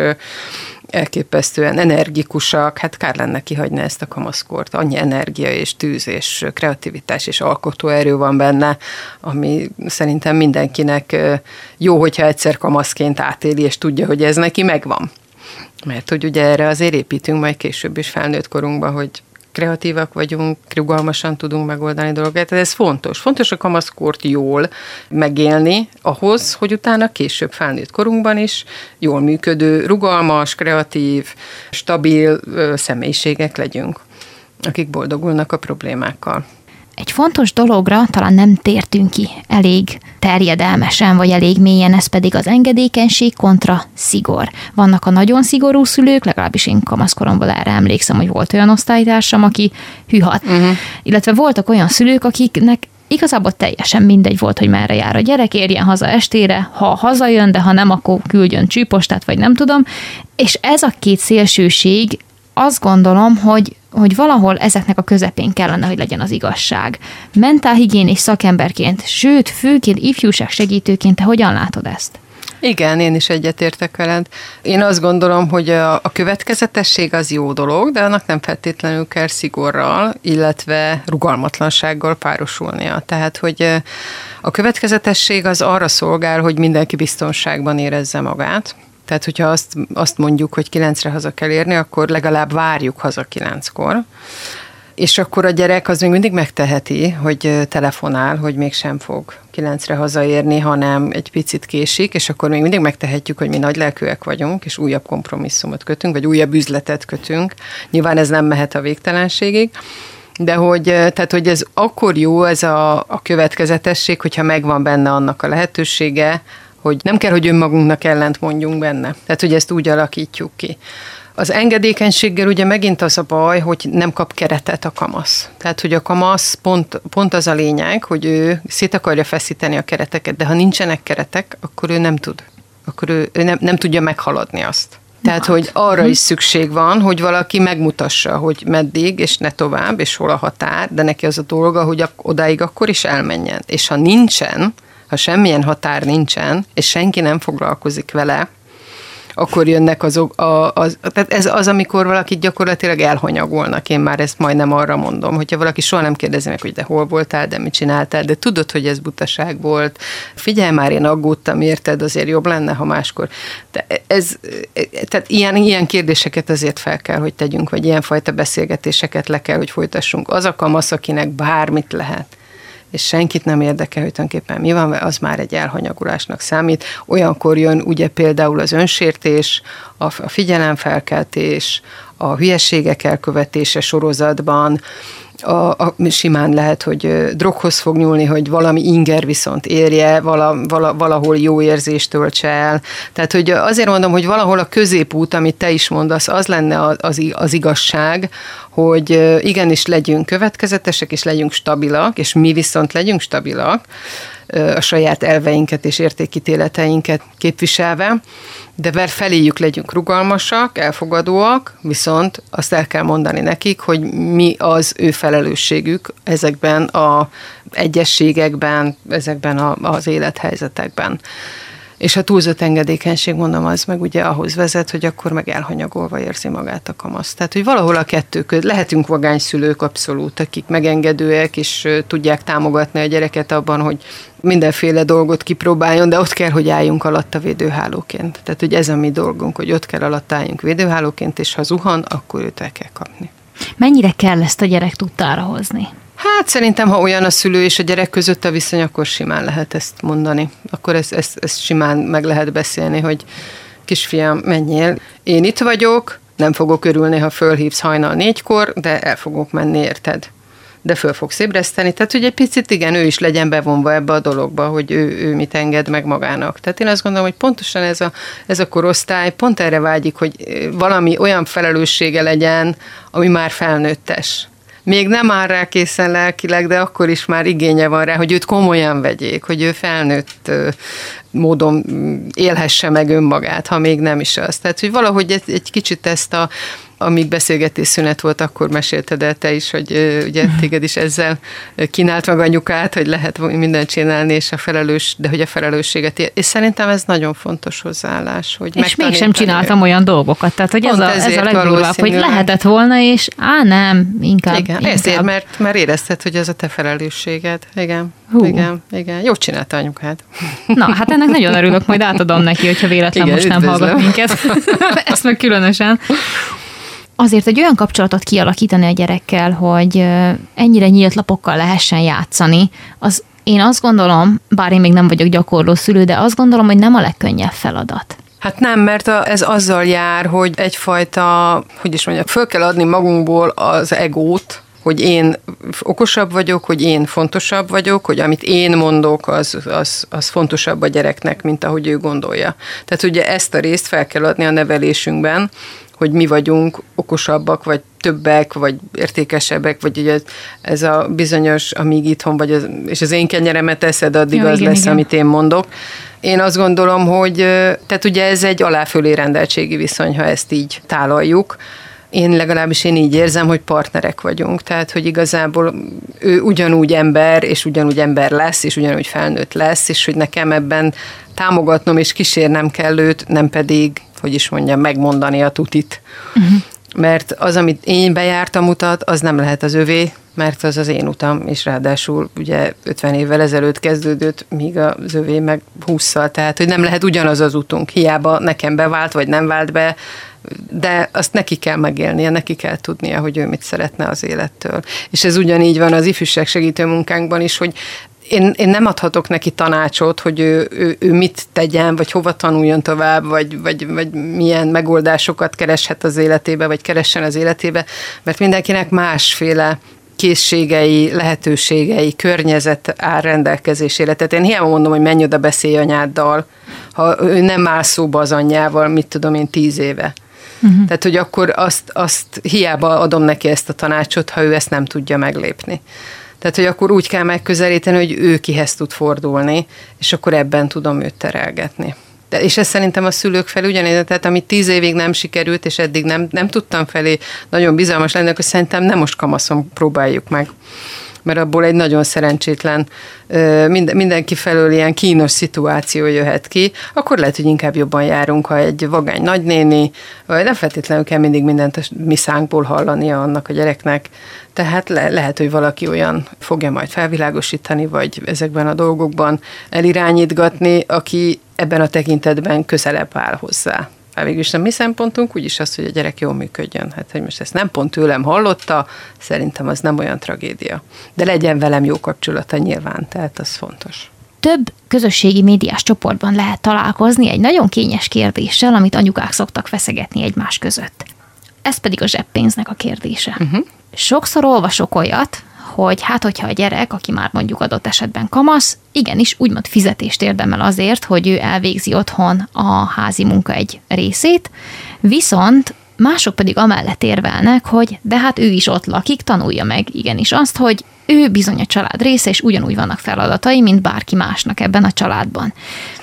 elképesztően energikusak, hát kár lenne kihagyni ezt a kamaszkort. Annyi energia és tűz és kreativitás és alkotóerő van benne, ami szerintem mindenkinek jó, hogyha egyszer kamaszként átéli, és tudja, hogy ez neki megvan. Mert hogy ugye erre azért építünk majd később is felnőtt korunkban, hogy kreatívak vagyunk, rugalmasan tudunk megoldani dolgokat. Ez fontos. Fontos a kamaszkort jól megélni ahhoz, hogy utána később felnőtt korunkban is jól működő, rugalmas, kreatív, stabil személyiségek legyünk, akik boldogulnak a problémákkal. Egy fontos dologra talán nem tértünk ki elég terjedelmesen, vagy elég mélyen, ez pedig az engedékenység kontra szigor. Vannak a nagyon szigorú szülők, legalábbis én kamaszkoromból erre emlékszem, hogy volt olyan osztálytársam, aki hűhat. Uh-huh. Illetve voltak olyan szülők, akiknek igazából teljesen mindegy volt, hogy merre jár a gyerek, érjen haza estére, ha hazajön, de ha nem, akkor küldjön csípostát, vagy nem tudom. És ez a két szélsőség, azt gondolom, hogy, hogy valahol ezeknek a közepén kellene, hogy legyen az igazság. Mentálhigiénés szakemberként, sőt, főként ifjúság segítőként, te hogyan látod ezt? Igen, én is egyetértek veled. Én azt gondolom, hogy a, a következetesség az jó dolog, de annak nem feltétlenül kell szigorral, illetve rugalmatlansággal párosulnia. Tehát, hogy a következetesség az arra szolgál, hogy mindenki biztonságban érezze magát. Tehát, hogyha azt, azt mondjuk, hogy kilencre haza kell érni, akkor legalább várjuk haza kilenckor. És akkor a gyerek az még mindig megteheti, hogy telefonál, hogy mégsem fog kilencre hazaérni, hanem egy picit késik, és akkor még mindig megtehetjük, hogy mi nagylelkűek vagyunk, és újabb kompromisszumot kötünk, vagy újabb üzletet kötünk. Nyilván ez nem mehet a végtelenségig, de hogy, tehát, hogy ez akkor jó, ez a, a következetesség, hogyha megvan benne annak a lehetősége, hogy nem kell, hogy önmagunknak ellent mondjunk benne. Tehát, hogy ezt úgy alakítjuk ki. Az engedékenységgel ugye megint az a baj, hogy nem kap keretet a kamasz. Tehát, hogy a kamasz pont, pont az a lényeg, hogy ő szét akarja feszíteni a kereteket, de ha nincsenek keretek, akkor ő nem tud. Akkor ő, ő nem, nem tudja meghaladni azt. Tehát, hogy arra is szükség van, hogy valaki megmutassa, hogy meddig, és ne tovább, és hol a határ, de neki az a dolga, hogy odáig akkor is elmenjen. És ha nincsen, ha semmilyen határ nincsen, és senki nem foglalkozik vele, akkor jönnek azok, a, az, tehát ez az, amikor valakit gyakorlatilag elhanyagolnak, én már ezt majdnem arra mondom, hogyha valaki soha nem kérdezi meg, hogy de hol voltál, de mit csináltál, de tudod, hogy ez butaság volt, figyelj már, én aggódtam, érted, azért jobb lenne, ha máskor. De ez, tehát ilyen, ilyen kérdéseket azért fel kell, hogy tegyünk, vagy ilyenfajta beszélgetéseket le kell, hogy folytassunk. Az a kamasz, akinek bármit lehet, és senkit nem érdekel, hogy tulajdonképpen mi van, az már egy elhanyagolásnak számít. Olyankor jön ugye például az önsértés, a figyelemfelkeltés, a hülyeségek elkövetése sorozatban, A, a, simán lehet, hogy droghoz fog nyúlni, hogy valami inger viszont érje, vala, vala, valahol jó érzést töltse el. Tehát, hogy azért mondom, hogy valahol a középút, amit te is mondasz, az lenne az, az igazság, hogy igenis legyünk következetesek, és legyünk stabilak, és mi viszont legyünk stabilak, a saját elveinket és értékítéleteinket képviselve, de feléjük legyünk rugalmasak, elfogadóak, viszont azt el kell mondani nekik, hogy mi az ő felelősségük ezekben az egyességekben, ezekben a, az élethelyzetekben. És a túlzott engedékenység, mondom, az meg ugye ahhoz vezet, hogy akkor meg elhanyagolva érzi magát a kamasz. Tehát, hogy valahol a kettő között lehetünk vagányszülők abszolút, akik megengedőek, és tudják támogatni a gyereket abban, hogy mindenféle dolgot kipróbáljon, de ott kell, hogy álljunk alatta védőhálóként. Tehát, hogy ez a mi dolgunk, hogy ott kell alatt álljunk védőhálóként, és ha zuhan, akkor őt el kell kapni. Mennyire kell ezt a gyerek tudtára hozni? Hát szerintem, ha olyan a szülő és a gyerek között a viszony, akkor simán lehet ezt mondani. Akkor ezt, ezt, ezt simán meg lehet beszélni, hogy kisfiam, menjél, én itt vagyok, nem fogok örülni, ha fölhívsz hajnal négykor, de el fogok menni, érted? De föl fogsz ébreszteni. Tehát, hogy egy picit igen, ő is legyen bevonva ebbe a dologba, hogy ő, ő mit enged meg magának. Tehát én azt gondolom, hogy pontosan ez a, ez a korosztály pont erre vágyik, hogy valami olyan felelőssége legyen, ami már felnőttes. Még nem áll rá készen lelkileg, de akkor is már igénye van rá, hogy őt komolyan vegyék, hogy ő felnőtt módon élhesse meg önmagát, ha még nem is az. Tehát, hogy valahogy egy, egy kicsit ezt a amíg beszélgetés szünet volt, akkor mesélted el te is, hogy ugye téged is ezzel kínált meg anyukát, hogy lehet mindent csinálni, és a felelős, de hogy a felelősséget ér. És szerintem ez nagyon fontos hozzáállás. Hogy és mégsem csináltam ő. olyan dolgokat, tehát hogy ez a, ez a legdurvább, hogy lehetett volna, és á nem, inkább. Igen, inkább. ezért, mert, mert érezted, hogy ez a te felelősséged. Igen, Hú. igen, igen. Jót csinálta anyukád. Na, hát ennek nagyon örülök, majd átadom neki, hogyha véletlen igen, most nem üdvözlöm. hallgat minket. Ezt meg különösen. Azért egy olyan kapcsolatot kialakítani a gyerekkel, hogy ennyire nyílt lapokkal lehessen játszani, az én azt gondolom, bár én még nem vagyok gyakorló szülő, de azt gondolom, hogy nem a legkönnyebb feladat. Hát nem, mert a, ez azzal jár, hogy egyfajta, hogy is mondjam, föl kell adni magunkból az egót, hogy én okosabb vagyok, hogy én fontosabb vagyok, hogy amit én mondok, az, az, az fontosabb a gyereknek, mint ahogy ő gondolja. Tehát ugye ezt a részt fel kell adni a nevelésünkben, hogy mi vagyunk okosabbak, vagy többek, vagy értékesebbek, vagy ugye ez a bizonyos, amíg itthon vagy, az, és az én kenyeremet eszed, addig Jó, az igen, lesz, igen. amit én mondok. Én azt gondolom, hogy tehát ugye ez egy alá-fölé rendeltségi viszony, ha ezt így tálaljuk. Én legalábbis én így érzem, hogy partnerek vagyunk, tehát, hogy igazából ő ugyanúgy ember, és ugyanúgy ember lesz, és ugyanúgy felnőtt lesz, és hogy nekem ebben támogatnom és kísérnem kell őt, nem pedig, hogy is mondjam, megmondani a tutit. Uh-huh. Mert az, amit én bejártam utat, az nem lehet az övé, mert az az én utam, és ráadásul ugye ötven évvel ezelőtt kezdődött, míg az övé meg hússzal, tehát, hogy nem lehet ugyanaz az utunk, hiába nekem bevált, vagy nem vált be, de azt neki kell megélnie, neki kell tudnia, hogy ő mit szeretne az élettől. És ez ugyanígy van az ifjúság segítő munkánkban is, hogy én, én nem adhatok neki tanácsot, hogy ő, ő, ő mit tegyen, vagy hova tanuljon tovább, vagy, vagy, vagy milyen megoldásokat kereshet az életébe, vagy keressen az életébe, mert mindenkinek másféle készségei, lehetőségei, környezet áll rendelkezésére. Tehát én hiába mondom, hogy menj oda, beszélj anyáddal, ha ő nem áll szóba az anyjával, mit tudom én, tíz éve. Uh-huh. Tehát, hogy akkor azt, azt hiába adom neki ezt a tanácsot, ha ő ezt nem tudja meglépni. Tehát, hogy akkor úgy kell megközelíteni, hogy ő kihez tud fordulni, és akkor ebben tudom őt terelgetni. De, és ez szerintem a szülők felé ugyanígy, tehát amit tíz évig nem sikerült, és eddig nem, nem tudtam felé nagyon bizalmas lenni, akkor szerintem nem most kamaszon próbáljuk meg. Mert abból egy nagyon szerencsétlen, mindenki felől ilyen kínos szituáció jöhet ki, akkor lehet, hogy inkább jobban járunk, ha egy vagány nagynéni, vagy nem feltétlenül kell mindig mindent a mi szánkból hallania annak a gyereknek, tehát le, lehet, hogy valaki olyan fogja majd felvilágosítani, vagy ezekben a dolgokban elirányítgatni, aki ebben a tekintetben közelebb áll hozzá. Hát végülis a mi szempontunk úgyis az, hogy a gyerek jól működjön. Hát, hogy most ezt nem pont tőlem hallotta, szerintem az nem olyan tragédia. De legyen velem jó kapcsolata nyilván, tehát az fontos. Több közösségi médiás csoportban lehet találkozni egy nagyon kényes kérdéssel, amit anyukák szoktak feszegetni egymás között. Ez pedig a zseppénznek a kérdése. Uh-huh. Sokszor olvasok olyat, hogy hát, hogyha a gyerek, aki már mondjuk adott esetben kamasz, igenis úgymond fizetést érdemel azért, hogy ő elvégzi otthon a házi munka egy részét, viszont mások pedig amellett érvelnek, hogy de hát ő is ott lakik, tanulja meg igenis azt, hogy ő bizony a család része, és ugyanúgy vannak feladatai, mint bárki másnak ebben a családban.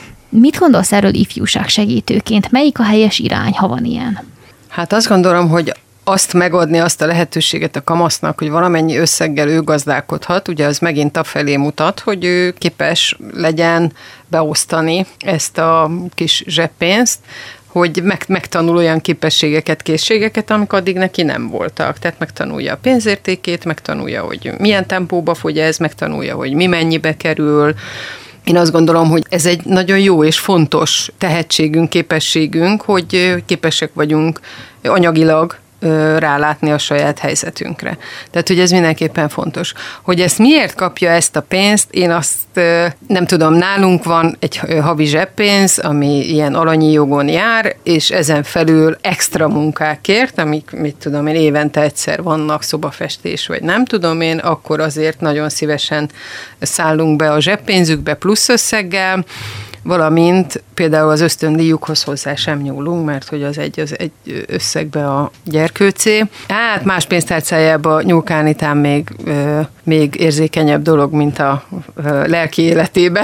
Mit gondolsz erről ifjúság segítőként? Melyik a helyes irány, ha van ilyen? Hát azt gondolom, hogy azt megadni azt a lehetőséget a kamasznak, hogy valamennyi összeggel ő gazdálkodhat, ugye az megint afelé mutat, hogy ő képes legyen beosztani ezt a kis zseppénzt, hogy meg, megtanul olyan képességeket, készségeket, amik addig neki nem voltak. Tehát megtanulja a pénzértékét, megtanulja, hogy milyen tempóba fogy ez, megtanulja, hogy mi mennyibe kerül. Én azt gondolom, hogy ez egy nagyon jó és fontos tehetségünk, képességünk, hogy képesek vagyunk anyagilag rálátni a saját helyzetünkre. Tehát, hogy ez mindenképpen fontos. Hogy ezt miért kapja ezt a pénzt, én azt nem tudom, nálunk van egy havi zseppénz, ami ilyen alanyi jogon jár, és ezen felül extra munkákért, amik, mit tudom én, évente egyszer vannak, szobafestés, vagy nem tudom én, akkor azért nagyon szívesen szállunk be a zseppénzükbe plusz összeggel, valamint például az ösztöndíjukhoz hozzá sem nyúlunk, mert hogy az egy, az egy összegbe a gyerkőcé. Hát más pénztárcájába nyúlkálni tám még, még érzékenyebb dolog, mint a lelki életébe.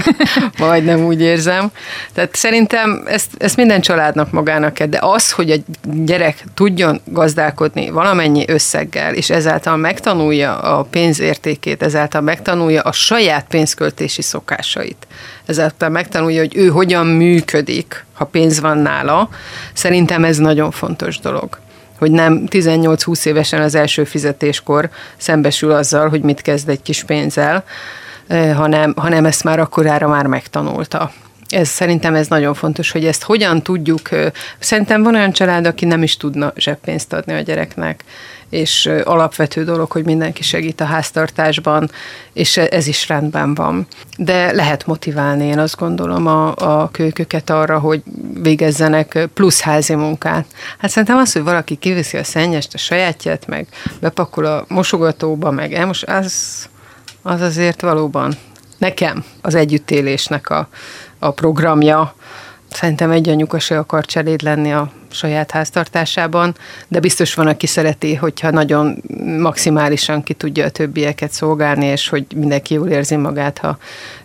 Majdnem úgy érzem. Tehát szerintem ezt, ezt minden családnak magának kell, de az, hogy a gyerek tudjon gazdálkodni valamennyi összeggel, és ezáltal megtanulja a pénzértékét, ezáltal megtanulja a saját pénzköltési szokásait, ezáltal megtanulja, hogy ő hogyan működik, ha pénz van nála. Szerintem ez nagyon fontos dolog, hogy nem tizennyolc-húsz évesen az első fizetéskor szembesül azzal, hogy mit kezd egy kis pénzzel, hanem, hanem ezt már akkorára már megtanulta. Ez, szerintem ez nagyon fontos, hogy ezt hogyan tudjuk. Szerintem van olyan család, aki nem is tudna zseppénzt adni a gyereknek, és alapvető dolog, hogy mindenki segít a háztartásban, és ez is rendben van. De lehet motiválni, én azt gondolom, a, a kölyköket arra, hogy végezzenek plusz házi munkát. Hát szerintem az, hogy valaki kiviszi a szennyest, a sajátját, meg bepakol a mosogatóba, meg elmos, az, az azért valóban nekem az együttélésnek a, a programja. Szerintem egy anyuka se akar cseléd lenni a saját háztartásában, de biztos van, aki szereti, hogyha nagyon maximálisan ki tudja a többieket szolgálni, és hogy mindenki jól érzi magát, ha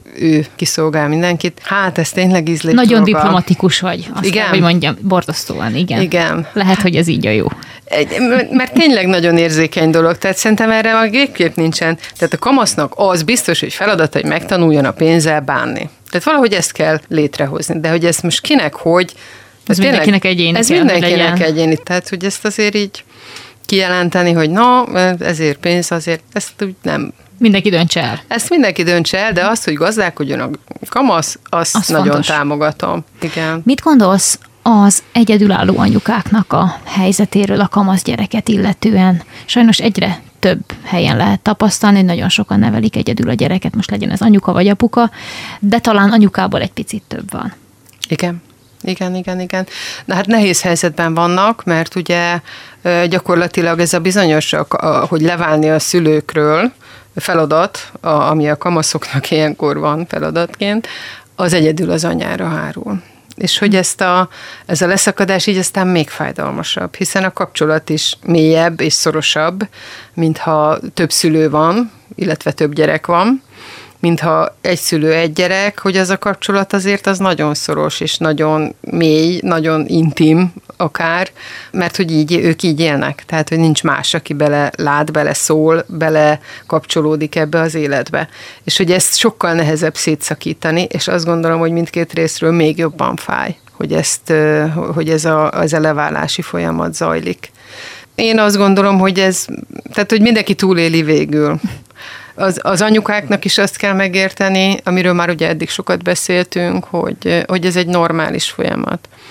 ő kiszolgál mindenkit. Hát ez tényleg ízlés. Nagyon dolga. Diplomatikus vagy, azt igen? kell, hogy mondjam, borzasztóan, igen. Igen. Lehet, hogy ez így a jó. Egy, mert tényleg nagyon érzékeny dolog, tehát szerintem erre a végképp nincsen. Tehát a kamasznak az biztos, hogy feladat, hogy megtanuljon a pénzzel bánni. Tehát valahogy ezt kell létrehozni, de hogy ezt most kinek, hogy... Ez tényleg, mindenkinek egyéni Ez kell, mindenkinek egyéni, tehát hogy ezt azért így kijelenteni, hogy na, ezért pénz, azért ezt úgy nem... Mindenki döntse el. Ezt mindenki döntse el, de azt, hogy gazdálkodjon a kamasz, azt az nagyon fontos. Támogatom. Igen. Mit gondolsz az egyedülálló anyukáknak a helyzetéről a kamasz gyereket illetően? Sajnos egyre több helyen lehet tapasztalni, hogy nagyon sokan nevelik egyedül a gyereket, most legyen ez anyuka vagy apuka, de talán anyukából egy picit több van. Igen. Igen, igen, igen. Na hát nehéz helyzetben vannak, mert ugye gyakorlatilag ez a bizonyos, hogy leválni a szülőkről feladat, ami a kamaszoknak ilyenkor van feladatként, az egyedül az anyára hárul. És hogy ezt a, ez a leszakadás így aztán még fájdalmasabb, hiszen a kapcsolat is mélyebb és szorosabb, mintha több szülő van, illetve több gyerek van, mintha egy szülő, egy gyerek, hogy az a kapcsolat azért az nagyon szoros, és nagyon mély, nagyon intim akár, mert hogy így, ők így élnek, tehát hogy nincs más, aki bele lát, bele szól, bele kapcsolódik ebbe az életbe. És hogy ezt sokkal nehezebb szétszakítani, és azt gondolom, hogy mindkét részről még jobban fáj, hogy, ezt, hogy ez a, az a leválási folyamat zajlik. Én azt gondolom, hogy ez, tehát hogy mindenki túléli végül. Az, az anyukáknak is azt kell megérteni, amiről már ugye eddig sokat beszéltünk, hogy, hogy ez egy normális folyamat.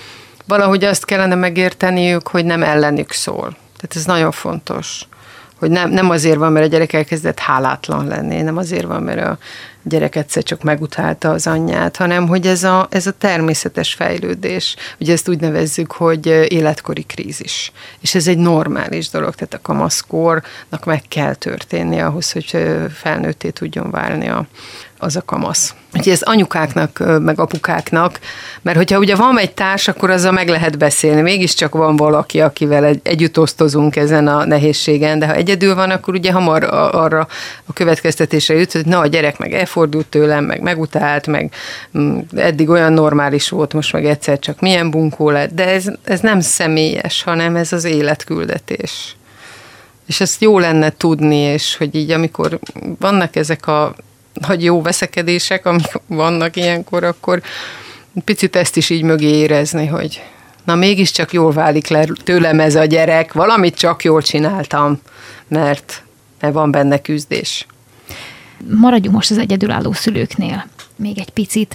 valahogy azt kellene megérteniük, hogy nem ellenük szól. Tehát ez nagyon fontos, hogy nem, nem azért van, mert a gyerek elkezdett hálátlan lenni, nem azért van, mert a gyerek egyszer csak megutálta az anyját, hanem hogy ez a, ez a természetes fejlődés. Ugye ezt úgy nevezzük, hogy életkori krízis. És ez egy normális dolog, tehát a kamaszkornak meg kell történni ahhoz, hogy felnőtté tudjon válni a, az a kamasz. Úgyhogy ez anyukáknak, meg apukáknak, mert hogyha ugye van egy társ, akkor azzal meg lehet beszélni. Mégiscsak van valaki, akivel egy, együtt osztozunk ezen a nehézségen, de ha egyedül van, akkor ugye hamar arra a következtetésre jut, hogy na, a gyerek meg elfordult tőlem, meg megutált, meg eddig olyan normális volt, most meg egyszer csak milyen bunkó lett. De ez, ez nem személyes, hanem ez az életküldetés. És ezt jó lenne tudni, és hogy így amikor vannak ezek a nagy jó veszekedések, amik vannak ilyenkor, akkor picit ezt is így mögé érezni, hogy na mégiscsak jól válik le tőlem ez a gyerek, valamit csak jól csináltam, mert, mert van benne küzdés. Maradjunk most az egyedülálló szülőknél még egy picit,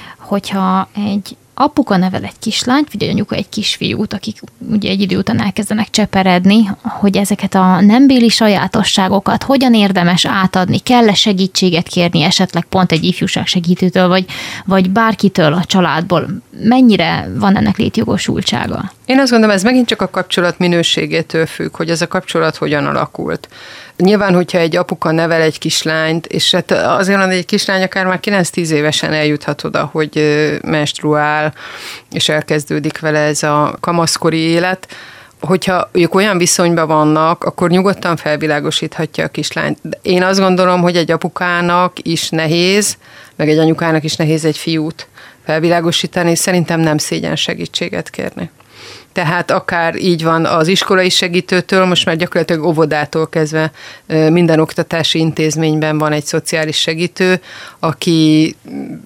hogyha egy apuka nevel egy kislányt, vagy egy anyuka egy kisfiút, akik ugye egy idő után elkezdenek cseperedni, hogy ezeket a nembéli sajátosságokat hogyan érdemes átadni, kell-e segítséget kérni esetleg pont egy ifjúságsegítőtől, vagy, vagy bárkitől a családból, mennyire van ennek létjogosultsága? Én azt gondolom, ez megint csak a kapcsolat minőségétől függ, hogy ez a kapcsolat hogyan alakult. Nyilván, hogyha egy apuka nevel egy kislányt, és hát azért van, hogy egy kislány akár már kilenc-tíz évesen eljuthat oda, hogy menstruál, és elkezdődik vele ez a kamaszkori élet, hogyha ők olyan viszonyban vannak, akkor nyugodtan felvilágosíthatja a kislányt. Én azt gondolom, hogy egy apukának is nehéz, meg egy anyukának is nehéz egy fiút felvilágosítani, szerintem nem szégyen segítséget kérni. Tehát akár így van az iskolai segítőtől, most már gyakorlatilag óvodától kezdve minden oktatási intézményben van egy szociális segítő, akinek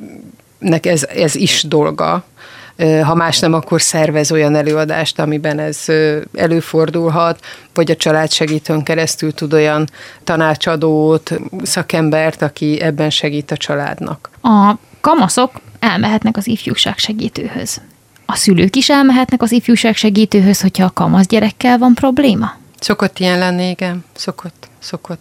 ez, ez is dolga. Ha más nem, akkor szervez olyan előadást, amiben ez előfordulhat, vagy a családsegítőn keresztül tud olyan tanácsadót, szakembert, aki ebben segít a családnak. A kamaszok elmehetnek az ifjúságsegítőhöz. A szülők is elmehetnek az ifjúságsegítőhöz, hogyha a kamasz gyerekkel van probléma? Szokott ilyen lenni, igen. Szokott, szokott.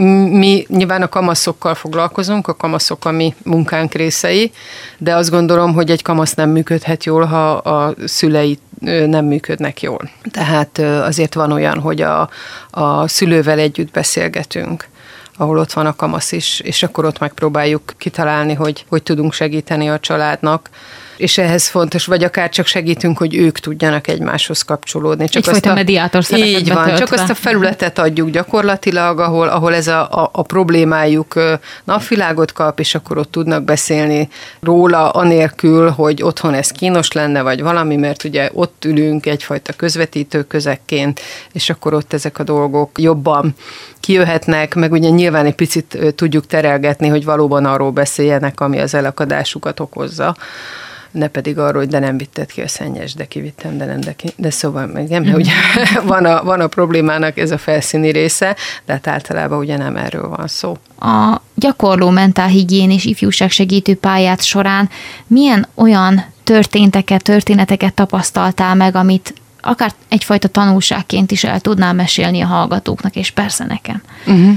Mi nyilván a kamaszokkal foglalkozunk, a kamaszok a mi munkánk részei, de azt gondolom, hogy egy kamasz nem működhet jól, ha a szülei nem működnek jól. Tehát azért van olyan, hogy a, a szülővel együtt beszélgetünk, ahol ott van a kamasz is, és akkor ott megpróbáljuk kitalálni, hogy hogy tudunk segíteni a családnak, és ehhez fontos, vagy akár csak segítünk, hogy ők tudjanak egymáshoz kapcsolódni. Csak Egyfajta mediátor szerepet Így van, betöltve. csak azt a felületet adjuk gyakorlatilag, ahol, ahol ez a, a, a problémájuk napvilágot kap, és akkor ott tudnak beszélni róla, anélkül, hogy otthon ez kínos lenne, vagy valami, mert ugye ott ülünk egyfajta közvetítő közekként, és akkor ott ezek a dolgok jobban kijöhetnek, meg ugye nyilván egy picit tudjuk terelgetni, hogy valóban arról beszéljenek, ami az elakadásukat okozza. Ne pedig arról, hogy de nem vitted ki a szennyes, de kivittem, de nem, de ki. De szóval meg nem, ugye van a, van a problémának ez a felszíni része, de hát általában ugye nem erről van szó. A gyakorló mentálhigién és ifjúságsegítő pályát során milyen olyan történteket, történeteket tapasztaltál meg, amit akár egyfajta tanulságként is el tudnál mesélni a hallgatóknak, és persze nekem. Uh-huh.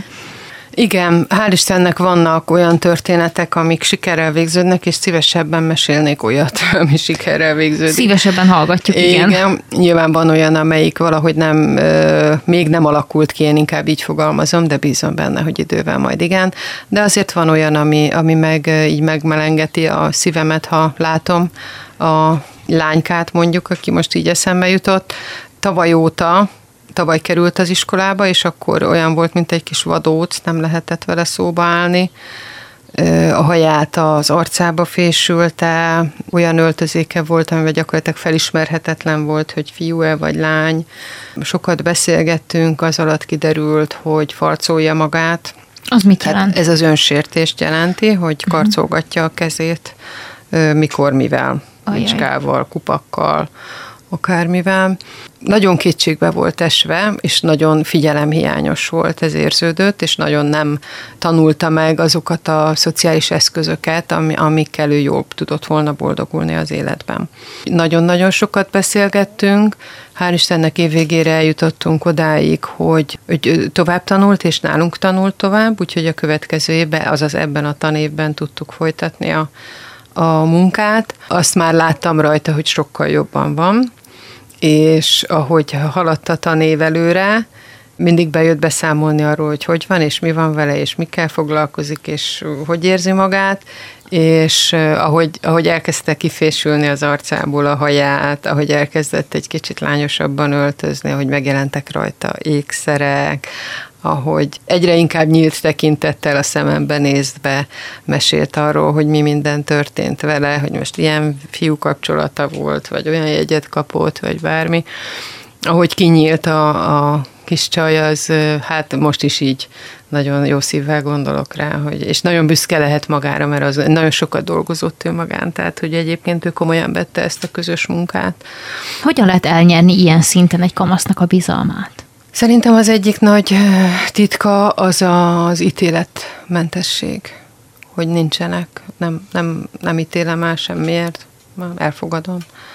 Igen, hál' Istennek vannak olyan történetek, amik sikerrel végződnek, és szívesebben mesélnék olyat, ami sikerrel végződik. Szívesebben hallgatjuk, igen. Igen, nyilván van olyan, amelyik valahogy nem, még nem alakult ki, én inkább így fogalmazom, de bízom benne, hogy idővel majd igen. De azért van olyan, ami, ami meg így megmelengeti a szívemet, ha látom a lánykát mondjuk, aki most így eszembe jutott. Tavaly óta, tavaly került az iskolába, és akkor olyan volt, mint egy kis vadóc, nem lehetett vele szóba állni. A haját az arcába fésülte, olyan öltözéke volt, amivel gyakorlatilag felismerhetetlen volt, hogy fiú-e vagy lány. Sokat beszélgettünk, az alatt kiderült, hogy farcolja magát. Az mit jelent? Ez az önsértést jelenti, hogy karcolgatja a kezét, mikor, mivel, macskával, kupakkal, akármivel. Nagyon kétségbe volt esve, és nagyon figyelemhiányos volt, ez érződött, és nagyon nem tanulta meg azokat a szociális eszközöket, ami, amikkel ő jól tudott volna boldogulni az életben. Nagyon-nagyon sokat beszélgettünk, hál' Istennek évvégére eljutottunk odáig, hogy, hogy tovább tanult, és nálunk tanult tovább, úgyhogy a következő évben, azaz ebben a tanévben tudtuk folytatni a, a munkát. Azt már láttam rajta, hogy sokkal jobban van, és ahogy haladt a tanév előre, mindig bejött beszámolni arról, hogy hogy van, és mi van vele, és mikkel foglalkozik, és hogy érzi magát, és ahogy, ahogy elkezdte kifésülni az arcából a haját, ahogy elkezdett egy kicsit lányosabban öltözni, ahogy megjelentek rajta ékszerek, ahogy egyre inkább nyílt tekintettel a szemembe nézve mesélt arról, hogy mi minden történt vele, hogy most ilyen fiú kapcsolata volt, vagy olyan jegyet kapott, vagy bármi. Ahogy kinyílt a, a kis csaj, az hát most is így nagyon jó szívvel gondolok rá, hogy, és nagyon büszke lehet magára, mert az nagyon sokat dolgozott ő magán, tehát hogy egyébként ő komolyan vette ezt a közös munkát. Hogyan lehet elnyerni ilyen szinten egy kamasznak a bizalmát? Szerintem az egyik nagy titka az az ítéletmentesség, hogy nincsenek, nem, nem, nem ítélem el semmiért, elfogadom.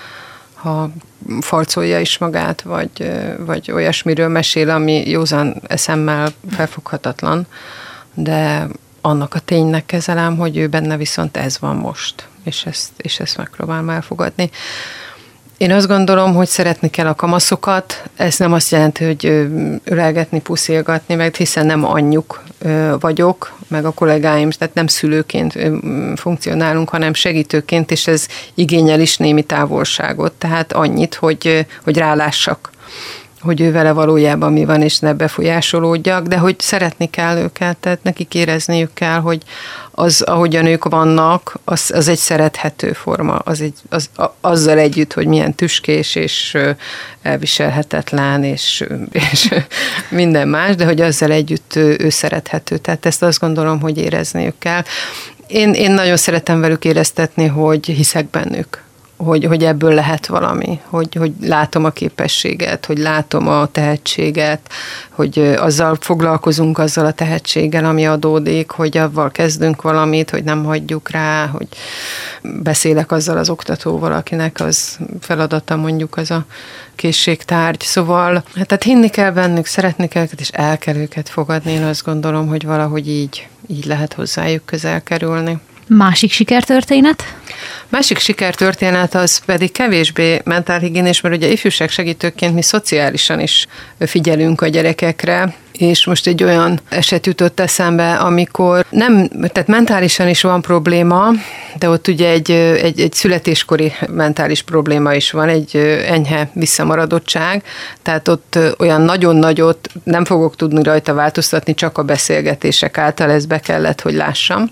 Ha farcolja is magát, vagy, vagy olyasmiről mesél, ami józan eszemmel felfoghatatlan, de annak a ténynek kezelem, hogy ő benne viszont ez van most, és ezt, és ezt megpróbálom elfogadni. Én azt gondolom, hogy szeretni kell a kamaszokat, ez nem azt jelenti, hogy ölelgetni, puszilgatni, meg hiszen nem anyjuk vagyok, meg a kollégáim, tehát nem szülőként funkcionálunk, hanem segítőként, és ez igényel is némi távolságot, tehát annyit, hogy, hogy rálássak, hogy ő vele valójában mi van, és ne befolyásolódjak, de hogy szeretni kell őket, tehát nekik érezniük kell, hogy az, ahogyan ők vannak, az, az egy szerethető forma, az egy, az, a, azzal együtt, hogy milyen tüskés és elviselhetetlen, és, és minden más, de hogy azzal együtt ő, ő szerethető. Tehát ezt azt gondolom, hogy érezniük kell. Én, én nagyon szeretem velük éreztetni, hogy hiszek bennük. Hogy, hogy ebből lehet valami, hogy, hogy látom a képességet, hogy látom a tehetséget, hogy azzal foglalkozunk, azzal a tehetséggel, ami adódik, hogy avval kezdünk valamit, hogy nem hagyjuk rá, hogy beszélek azzal az oktatóval, akinek az feladata mondjuk az a készségtárgy. Szóval, hát tehát hinni kell bennük, szeretni kell őket, és el kell őket fogadni. Én azt gondolom, hogy valahogy így, így lehet hozzájuk közel kerülni. Másik sikertörténet? Másik sikertörténet az pedig kevésbé mentálhigiénés, mert ugye ifjúságsegítőként mi szociálisan is figyelünk a gyerekekre, és most egy olyan eset jutott eszembe, amikor nem, tehát mentálisan is van probléma, de ott ugye egy, egy, egy születéskori mentális probléma is van, egy enyhe visszamaradottság, tehát ott olyan nagyon nagyot nem fogok tudni rajta változtatni, csak a beszélgetések által, ezt be kellett, hogy lássam,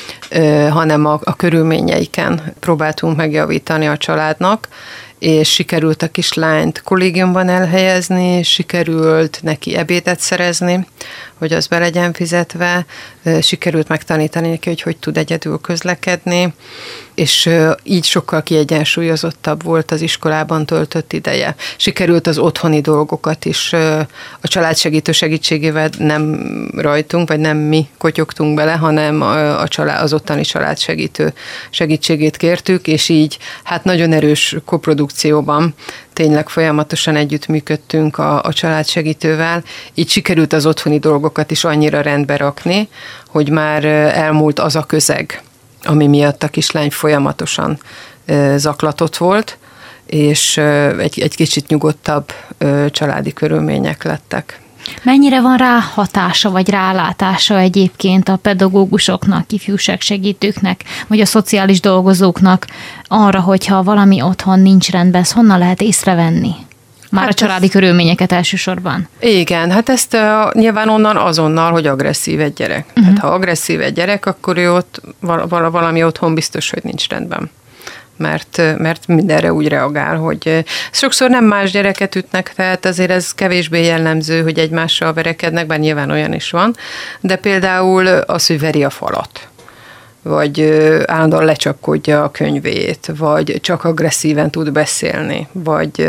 hanem a, a körülményeiken próbáltunk megjavítani a családnak, és sikerült a kislányt kollégiumban elhelyezni, sikerült neki ebédet szerezni, hogy az be legyen fizetve, sikerült megtanítani neki, hogy hogy tud egyedül közlekedni, és így sokkal kiegyensúlyozottabb volt az iskolában töltött ideje. Sikerült az otthoni dolgokat is a családsegítő segítségével nem rajtunk, vagy nem mi kotyogtunk bele, hanem a család, az ottani családsegítő segítségét kértük, és így hát nagyon erős koprodukcióban tényleg folyamatosan együttműködtünk a, a családsegítővel, így sikerült az otthoni dolgokat is annyira rendbe rakni, hogy már elmúlt az a közeg, ami miatt a kislány folyamatosan zaklatott volt, és egy, egy kicsit nyugodtabb családi körülmények lettek. Mennyire van rá hatása, vagy rálátása egyébként a pedagógusoknak, ifjúságsegítőknek, vagy a szociális dolgozóknak arra, hogyha valami otthon nincs rendben, ezt honnan lehet észrevenni? Már hát a családi ez... körülményeket elsősorban. Igen, hát ezt uh, nyilván onnan azonnal, hogy agresszív egy gyerek. Uh-huh. Tehát ha agresszív egy gyerek, akkor ő ott val- valami otthon biztos, hogy nincs rendben. Mert, mert mindenre úgy reagál, hogy sokszor nem más gyereket ütnek, tehát azért ez kevésbé jellemző, hogy egymással verekednek, bár nyilván olyan is van, de például az, hogy veri a falat. vagy állandóan lecsapkodja a könyvét, vagy csak agresszíven tud beszélni, vagy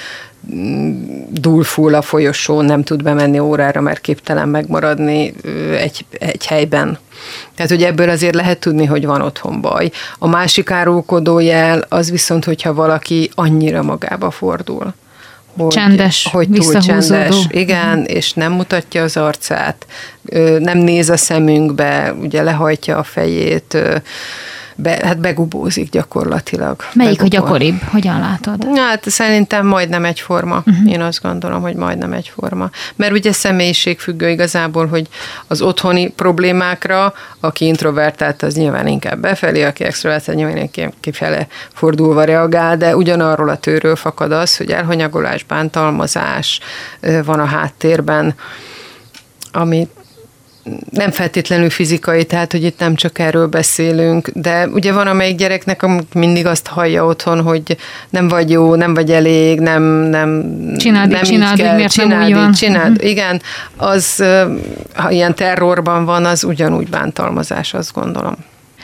dúlful a folyosón, nem tud bemenni órára, mert képtelen megmaradni egy, egy helyben. Tehát, hogy ebből azért lehet tudni, hogy van otthon baj. A másik árulkodó jel az viszont, hogyha valaki annyira magába fordul. Hogy, csendes, hogy túl csendes, igen, uh-huh. és nem mutatja az arcát, nem néz a szemünkbe, ugye lehajtja a fejét, Be, hát begubózik gyakorlatilag. Melyik Begubol. A gyakoribb? Hogyan látod? Hát szerintem majdnem egyforma. Uh-huh. Én azt gondolom, hogy majdnem egyforma. Mert ugye személyiségfüggő igazából, hogy az otthoni problémákra, aki introvertált, az nyilván inkább befelé, aki extrovertált, nyilván inkább kifele fordulva reagál, de ugyanarról a tőről fakad az, hogy elhanyagolás, bántalmazás van a háttérben, amit nem feltétlenül fizikai, tehát, hogy itt nem csak erről beszélünk, de ugye van amelyik gyereknek mindig azt hallja otthon, hogy nem vagy jó, nem vagy elég, nem, nem, csináld, nem csináld, így kell, miért csináld, nem úgy van. Csináld. Uh-huh. Igen, az, ha ilyen terrorban van, az ugyanúgy bántalmazás, azt gondolom.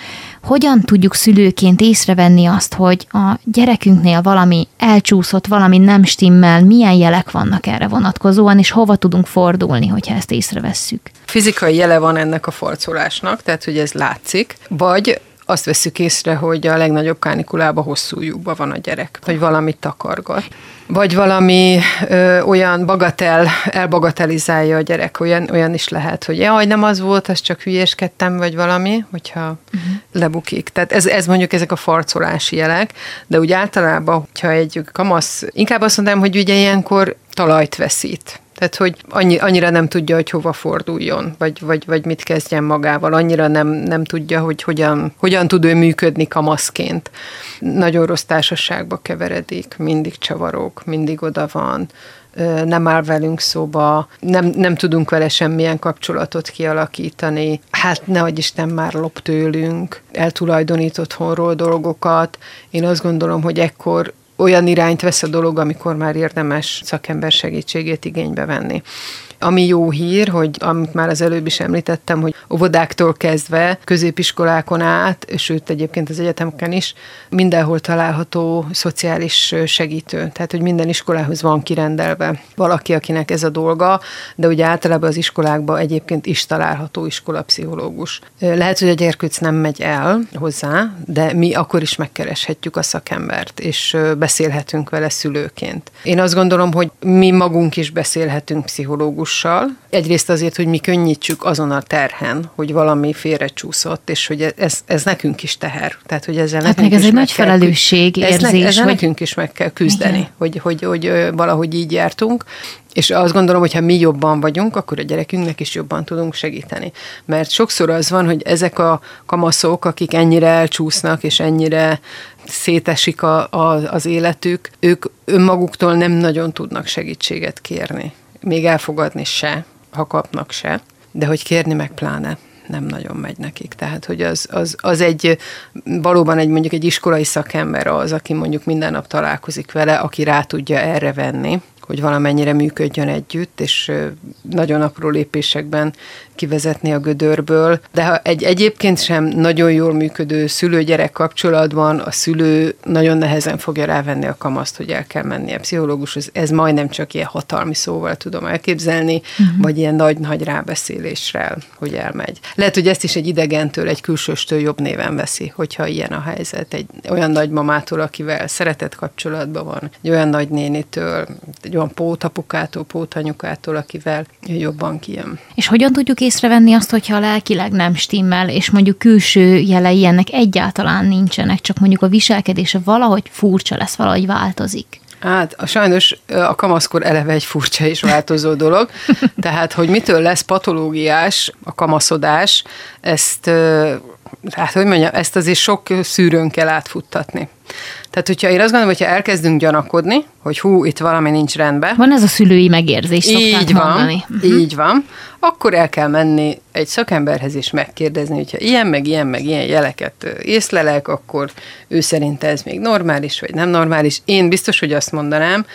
Hogyan tudjuk szülőként észrevenni azt, hogy a gyerekünknél valami elcsúszott, valami nem stimmel, milyen jelek vannak erre vonatkozóan, és hova tudunk fordulni, hogyha ezt észrevesszük? Fizikai jele van ennek a farcolásnak, tehát hogy ez látszik, vagy azt vesszük észre, hogy a legnagyobb kánikulában hosszú lyukban van a gyerek, vagy valamit takargat. Vagy valami ö, olyan bagatel, elbagatelizálja a gyerek, olyan, olyan is lehet, hogy jaj, nem az volt, az csak hülyéskedtem, vagy valami, hogyha uh-huh. lebukik. Tehát ez, ez mondjuk ezek a farcolási jelek, de úgy általában, hogyha egy kamasz, inkább azt mondanám, hogy ugye ilyenkor talajt veszít. Tehát, hogy annyi, annyira nem tudja, hogy hova forduljon, vagy, vagy, vagy mit kezdjen magával, annyira nem, nem tudja, hogy hogyan, hogyan tud ő működni kamaszként. Nagyon rossz társaságba keveredik, mindig csavarok, mindig oda van, nem áll velünk szóba, nem, nem tudunk vele semmilyen kapcsolatot kialakítani, hát nehogy Isten már lop tőlünk, eltulajdonít otthonról dolgokat. Én azt gondolom, hogy ekkor olyan irányt vesz a dolog, amikor már érdemes szakember segítségét igénybe venni. Ami jó hír, hogy amit már az előbb is említettem, hogy óvodáktól kezdve, középiskolákon át, sőt egyébként az egyetemeken is, mindenhol található szociális segítő. Tehát, hogy minden iskolához van kirendelve valaki, akinek ez a dolga, de ugye általában az iskolákban egyébként is található iskolapszichológus. Lehet, hogy a gyerkőc nem megy el hozzá, de mi akkor is megkereshetjük a szakembert, és beszélhetünk vele szülőként. Én azt gondolom, hogy mi magunk is beszélhetünk pszichológus. Egyrészt azért, hogy mi könnyítsük azon a terhen, hogy valami félrecsúszott, és hogy ez, ez nekünk is teher. Tehát, hogy ezzel hát meg ez egy nagy felelősségérzés. Ez ne, ezzel hogy... nekünk is meg kell küzdeni, hogy, hogy, hogy valahogy így jártunk. És azt gondolom, hogy ha mi jobban vagyunk, akkor a gyerekünknek is jobban tudunk segíteni. Mert sokszor az van, hogy ezek a kamaszok, akik ennyire elcsúsznak, és ennyire szétesik a, a, az életük, ők önmaguktól nem nagyon tudnak segítséget kérni. Még elfogadni se, ha kapnak se, de hogy kérni meg pláne nem nagyon megy nekik. Tehát, hogy az, az, az egy, valóban egy mondjuk egy iskolai szakember az, aki mondjuk minden nap találkozik vele, aki rá tudja erre venni, hogy valamennyire működjön együtt, és nagyon apró lépésekben kivezetni a gödörből. De ha egy egyébként sem nagyon jól működő szülő-gyerek kapcsolatban a szülő nagyon nehezen fogja rávenni a kamaszt, hogy el kell mennie a pszichológushoz. Ez majdnem csak ilyen hatalmi szóval tudom elképzelni, uh-huh. vagy ilyen nagy-nagy rábeszéléssel, hogy elmegy. Lehet, hogy ezt is egy idegentől, egy külsőstől jobb néven veszi, hogyha ilyen a helyzet. Egy olyan nagymamától, akivel szeretett kapcsolatban van, egy olyan nagynénitől, egy olyan pótapukától, pótanyukától, akivel jobban kijön. És hogyan tudjuk észrevenni azt, hogyha lelkileg nem stimmel, és mondjuk külső jelei ennek egyáltalán nincsenek, csak mondjuk a viselkedése valahogy furcsa lesz, valahogy változik? Hát a sajnos a kamaszkor eleve egy furcsa és változó dolog, tehát hogy mitől lesz patológiás a kamaszodás, ezt, hát hogy mondjam, ezt azért sok szűrőn kell átfuttatni. Tehát, hogyha én azt gondolom, hogyha elkezdünk gyanakodni, hogy hú, itt valami nincs rendben. Van ez a szülői megérzés, szokták így van, mondani. Így van. Akkor el kell menni egy szakemberhez és megkérdezni, hogyha ilyen, meg ilyen, meg ilyen jeleket észlelek, akkor ő szerint ez még normális, vagy nem normális. Én biztos, hogy azt mondanám,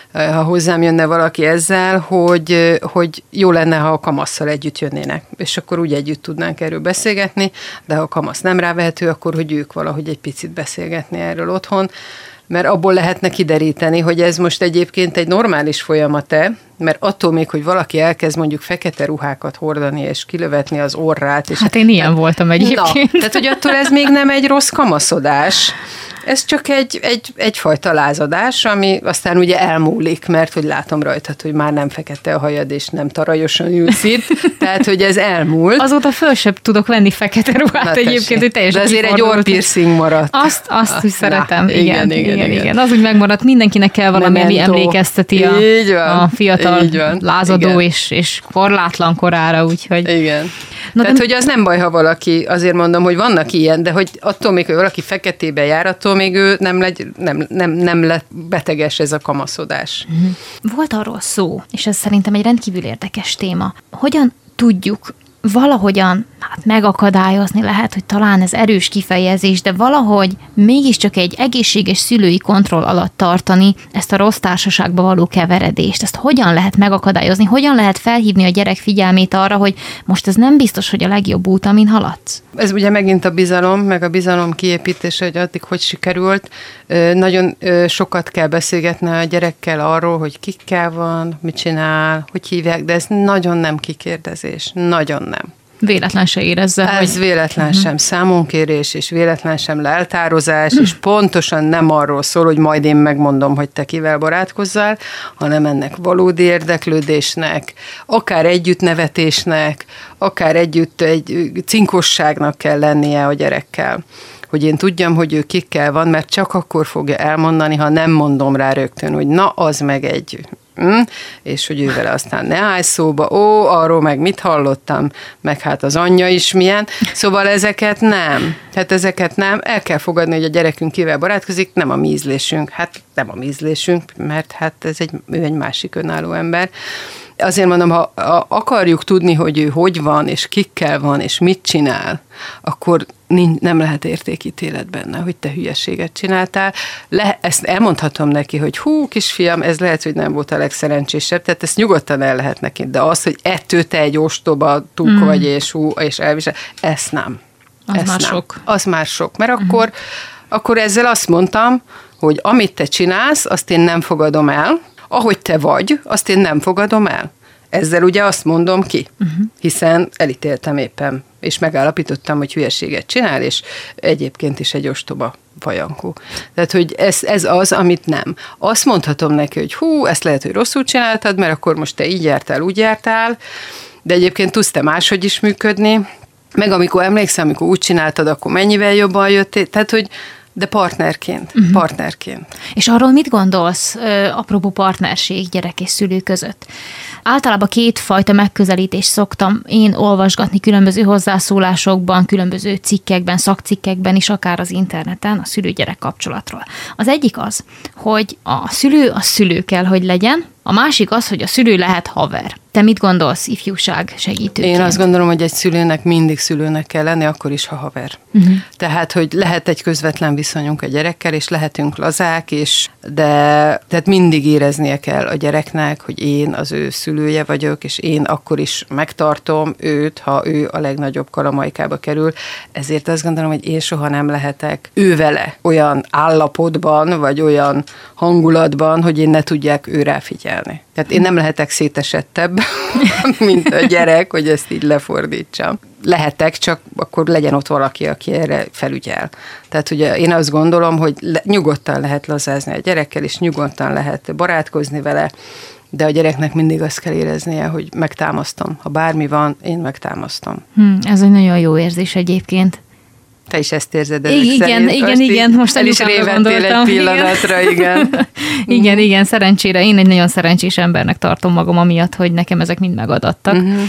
ha hozzám jönne valaki ezzel, hogy, hogy jó lenne, ha a kamasszal együtt jönnének, és akkor úgy együtt tudnánk erről beszélgetni, de ha a kamasz nem rávehető, akkor hogy ők valahogy egy picit beszélgetni erről otthon, mert abból lehetne kideríteni, hogy ez most egyébként egy normális folyamat-e, mert attól még, hogy valaki elkezd mondjuk fekete ruhákat hordani, és kilövetni az orrát. És hát én ilyen hát, voltam egyébként. Na, tehát, hogy attól ez még nem egy rossz kamaszodás. Ez csak egy, egy, egyfajta lázadás, ami aztán ugye elmúlik, mert hogy látom rajtad, hogy már nem fekete a hajad, és nem tarajosan ülsz itt, tehát, hogy ez elmúlt. Azóta föl sem tudok venni fekete ruhát. Na, egyébként, hogy teljesen de azért egy orrpiercing maradt. Azt, azt ah, úgy szeretem. Na, igen, igen, igen, igen, igen. Az úgy megmaradt. Mindenkinek kell valami, ami emlékezteti a, a fiatal lázadó és, és korlátlan korára, úgyhogy... Igen. Na, tehát, de... hogy az nem baj, ha valaki, azért mondom, hogy vannak ilyen, de hogy attól még, hogy valaki feketébe jár, attól még ő nem, legy, nem, nem, nem lett beteges ez a kamaszodás. Volt arról szó, és ez szerintem egy rendkívül érdekes téma. Hogyan tudjuk valahogyan hát megakadályozni, lehet, hogy talán ez erős kifejezés, de valahogy mégiscsak egy egészséges szülői kontroll alatt tartani ezt a rossz társaságba való keveredést. Ezt hogyan lehet megakadályozni? Hogyan lehet felhívni a gyerek figyelmét arra, hogy most ez nem biztos, hogy a legjobb út, amin haladsz? Ez ugye megint a bizalom, meg a bizalom kiépítése, hogy addig hogy sikerült. Nagyon sokat kell beszélgetni a gyerekkel arról, hogy kikkel van, mit csinál, hogy hívják, de ez nagyon nem kikérdezés. Nagyon nem. Véletlen se érezze. Ez hogy... véletlen uh-huh. sem számonkérés, és véletlen sem leltározás, uh-huh. és pontosan nem arról szól, hogy majd én megmondom, hogy te kivel barátkozzál, hanem ennek valódi érdeklődésnek, akár együttnevetésnek, akár együtt egy cinkosságnak kell lennie a gyerekkel. Hogy én tudjam, hogy ő kikkel van, mert csak akkor fogja elmondani, ha nem mondom rá rögtön, hogy na, az meg egy... Mm, és hogy ő vele aztán ne állj szóba, ó, arról meg mit hallottam, meg hát az anyja is milyen. Szóval ezeket nem. Hát ezeket nem. El kell fogadni, hogy a gyerekünk kivel barátkozik, nem a mi ízlésünk. Hát nem a mi ízlésünk, mert hát ez egy, ő egy másik önálló ember. Azért mondom, ha akarjuk tudni, hogy ő hogy van, és kikkel van, és mit csinál, akkor nem lehet értékítélet benne, hogy te hülyeséget csináltál. Le, ezt elmondhatom neki, hogy hú, kisfiam, ez lehet, hogy nem volt a legszerencsésebb, tehát ezt nyugodtan el lehet neki, de az, hogy ettől te egy ostoba túl mm. vagy, és hú, és elvisel, ezt nem. Az ezt már nem. sok. Az már sok, mert mm. akkor, akkor ezzel azt mondtam, hogy amit te csinálsz, azt én nem fogadom el, ahogy te vagy, azt én nem fogadom el. Ezzel ugye azt mondom ki, uh-huh. hiszen elítéltem éppen, és megállapítottam, hogy hülyeséget csinál, és egyébként is egy ostoba vajankó. Tehát, hogy ez, ez az, amit nem. Azt mondhatom neki, hogy hú, ezt lehet, hogy rosszul csináltad, mert akkor most te így jártál, úgy jártál, de egyébként tudsz te máshogy is működni, meg amikor emlékszem, amikor úgy csináltad, akkor mennyivel jobban jöttél, tehát, hogy de partnerként, uh-huh. partnerként. És arról mit gondolsz, apropó partnerség gyerek és szülő között? Általában kétfajta megközelítést szoktam én olvasgatni különböző hozzászólásokban, különböző cikkekben, szakcikkekben is, akár az interneten, a szülő-gyerek kapcsolatról. Az egyik az, hogy a szülő a szülő kell, hogy legyen, a másik az, hogy a szülő lehet haver. Te mit gondolsz ifjúság segítőként? Én azt gondolom, hogy egy szülőnek mindig szülőnek kell lenni, akkor is, ha haver. Uh-huh. Tehát, hogy lehet egy közvetlen viszonyunk a gyerekkel, és lehetünk lazák, és de tehát mindig éreznie kell a gyereknek, hogy én az ő szülője vagyok, és én akkor is megtartom őt, ha ő a legnagyobb kalamajkába kerül. Ezért azt gondolom, hogy én soha nem lehetek ő vele olyan állapotban, vagy olyan hangulatban, hogy én ne tudják őrá figyelni. Tehát én nem lehetek szétesettebb, mint a gyerek, hogy ezt így lefordítsam. Lehetek, csak akkor legyen ott valaki, aki erre felügyel. Tehát ugye én azt gondolom, hogy le, nyugodtan lehet lazázni a gyerekkel, és nyugodtan lehet barátkozni vele, de a gyereknek mindig azt kell éreznie, hogy megtámasztom. Ha bármi van, én megtámasztom. Hmm, ez egy nagyon jó érzés egyébként. Te is ezt érzed ezek igen, szerint. Igen, most igen, most el is révettél egy pillanatra, igen. Igen. igen, igen, szerencsére. Én egy nagyon szerencsés embernek tartom magam amiatt, hogy nekem ezek mind megadattak. Uh-huh.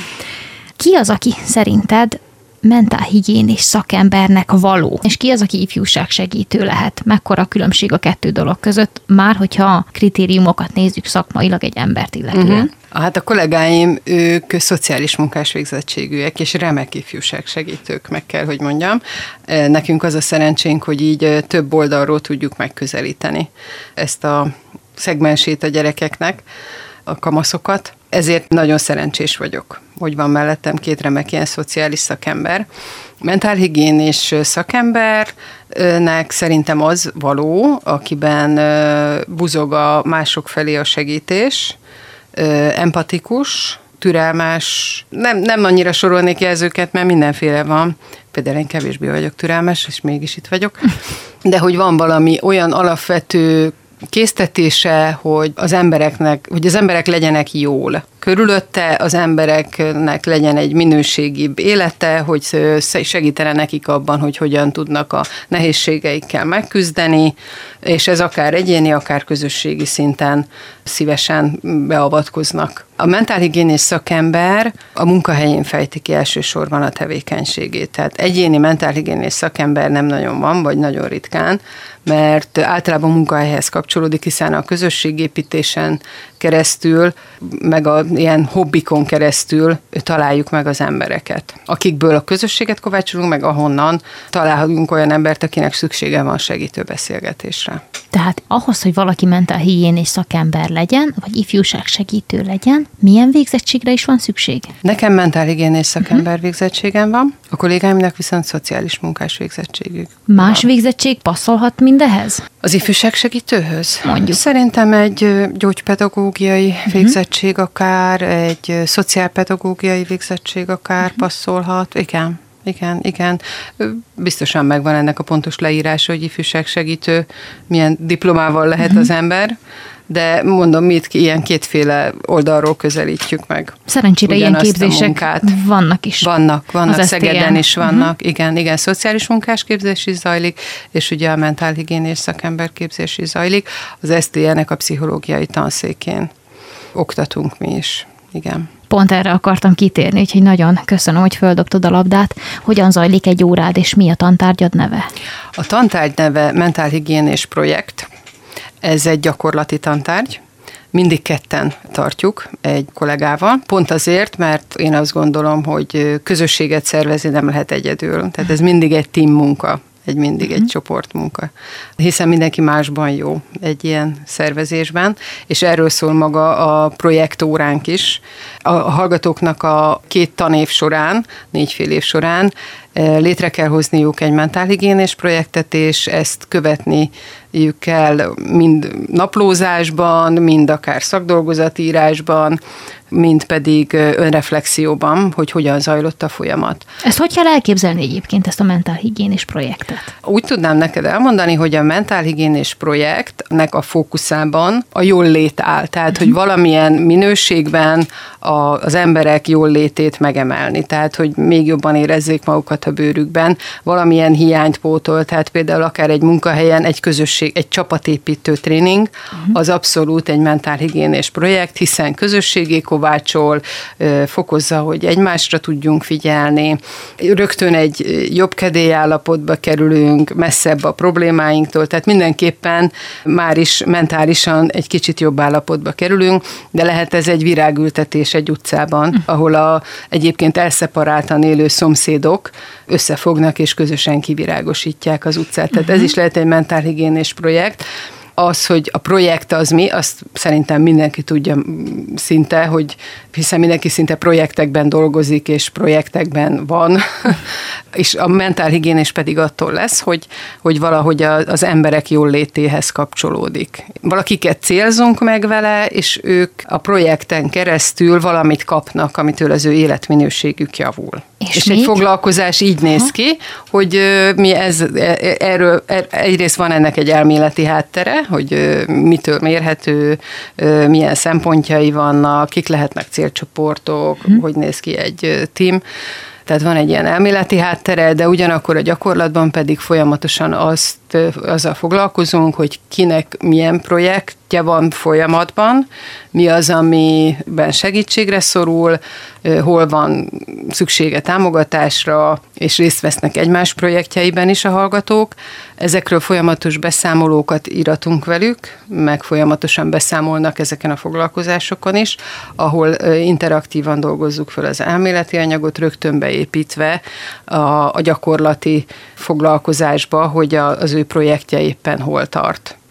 Ki az, aki szerinted mentálhigiénés szakembernek való? És ki az, aki ifjúság segítő lehet? Mekkora a különbség a kettő dolog között, már hogyha a kritériumokat nézzük szakmailag egy embert illetően? Uh-huh. Hát a kollégáim, ők szociális munkás végzettségűek, és remek ifjúság segítők, meg kell, hogy mondjam. Nekünk az a szerencsénk, hogy így több oldalról tudjuk megközelíteni ezt a szegmensét a gyerekeknek, a kamaszokat. Ezért nagyon szerencsés vagyok, hogy van mellettem két remek ilyen szociális szakember. Mentálhigiénés szakembernek szerintem az való, akiben buzog a mások felé a segítés, empatikus, türelmes, nem, nem annyira sorolnék jelzőket, mert mindenféle van. Például én kevésbé vagyok türelmes, és mégis itt vagyok. De hogy van valami olyan alapvető késztetése, hogy az embereknek, hogy az emberek legyenek jól. Körülötte az embereknek legyen egy minőségibb élete, hogy segítene nekik abban, hogy hogyan tudnak a nehézségeikkel megküzdeni, és ez akár egyéni, akár közösségi szinten szívesen beavatkoznak. A mentálhigiénés szakember a munkahelyén fejti ki elsősorban a tevékenységét. Tehát egyéni mentálhigiénés szakember nem nagyon van, vagy nagyon ritkán, mert általában munkahelyhez kapcsolódik, hiszen a közösségépítésen keresztül, meg a ilyen hobbikon keresztül találjuk meg az embereket, akikből a közösséget kovácsolunk, meg ahonnan találhatunk olyan embert, akinek szüksége van segítő beszélgetésre. Tehát ahhoz, hogy valaki mentálhigiénés szakember legyen, vagy ifjúságsegítő legyen, milyen végzettségre is van szükség? Nekem mentálhigiénés szakember uh-huh. végzettségem van, a kollégáimnak viszont szociális munkás végzettségük. Más van. Végzettség passzolhat mindehez? Az ifjúságsegítőhöz? Mondjuk. Szerintem egy gyógypedagógiai uh-huh. végzettség akár, egy szociálpedagógiai végzettség akár uh-huh. passzolhat. Igen. Igen, igen. Biztosan megvan ennek a pontos leírása, hogy ifjúságsegítő, milyen diplomával lehet uh-huh. az ember, de mondom, mi itt ilyen kétféle oldalról közelítjük meg. Szerencsére ilyen képzések vannak is. Vannak, vannak, Szegeden is vannak. Uh-huh. Igen, igen, szociális munkásképzés is zajlik, és ugye a mentálhigiénés szakemberképzés is zajlik. Az es té é-nek a pszichológiai tanszékén oktatunk mi is. Igen. Pont erre akartam kitérni, úgyhogy nagyon köszönöm, hogy földobtad a labdát. Hogyan zajlik egy órád, és mi a tantárgyad neve? A tantárgy neve mentálhigiénés projekt. Ez egy gyakorlati tantárgy. Mindig ketten tartjuk egy kollégával. Pont azért, mert én azt gondolom, hogy közösséget szervezni nem lehet egyedül. Tehát ez mindig egy team munka. Egy mindig uh-huh. egy csoportmunka. Hiszen mindenki másban jó egy ilyen szervezésben, és erről szól maga a projektóránk is. A hallgatóknak a két tanév során, négy fél év során létre kell hozniuk egy mentálhigiénés projektet, és ezt követniük kell mind naplózásban, mind akár szakdolgozatírásban, mind pedig önreflexióban, hogy hogyan zajlott a folyamat. Ezt hogy kell elképzelni egyébként, ezt a mentálhigiénés projektet? Úgy tudnám neked elmondani, hogy a mentálhigiénés projektnek a fókuszában a jól lét áll. Tehát, hogy valamilyen minőségben a, az emberek jól létét megemelni. Tehát, hogy még jobban érezzék magukat a bőrükben, valamilyen hiányt pótol, tehát például akár egy munkahelyen egy közösség, egy csapatépítő tréning, az abszolút egy mentálhigiénés projekt, hiszen közösségé kovácsol, fokozza, hogy egymásra tudjunk figyelni, rögtön egy jobb kedélyállapotba kerülünk, messzebb a problémáinktól, tehát mindenképpen már is mentálisan egy kicsit jobb állapotba kerülünk, de lehet ez egy virágültetés egy utcában, ahol a egyébként elszeparáltan élő szomszédok összefognak és közösen kivirágosítják az utcát. Tehát ez is lehet egy mentálhigiénés projekt. Az, hogy a projekt az mi, azt szerintem mindenki tudja szinte, hogy hiszen mindenki szinte projektekben dolgozik, és projektekben van, és a mentálhigiénés pedig attól lesz, hogy, hogy valahogy az emberek jól létéhez kapcsolódik. Valakiket célzunk meg vele, és ők a projekten keresztül valamit kapnak, amitől az ő életminőségük javul. És, és egy foglalkozás így néz Aha. ki, hogy mi ez, erről, egyrészt van ennek egy elméleti háttere, hogy mitől mérhető, milyen szempontjai vannak, kik lehetnek célcsoportok, hmm. hogy néz ki egy team. Tehát van egy ilyen elméleti háttere, de ugyanakkor a gyakorlatban pedig folyamatosan azt, azzal foglalkozunk, hogy kinek milyen projektje van folyamatban, mi az, amiben segítségre szorul, hol van szüksége támogatásra, és részt vesznek egymás projektjeiben is a hallgatók. Ezekről folyamatos beszámolókat íratunk velük, meg folyamatosan beszámolnak ezeken a foglalkozásokon is, ahol interaktívan dolgozzuk fel az elméleti anyagot, rögtön beépítve a, a gyakorlati foglalkozásba, hogy a, az ő projektje éppen hol tart.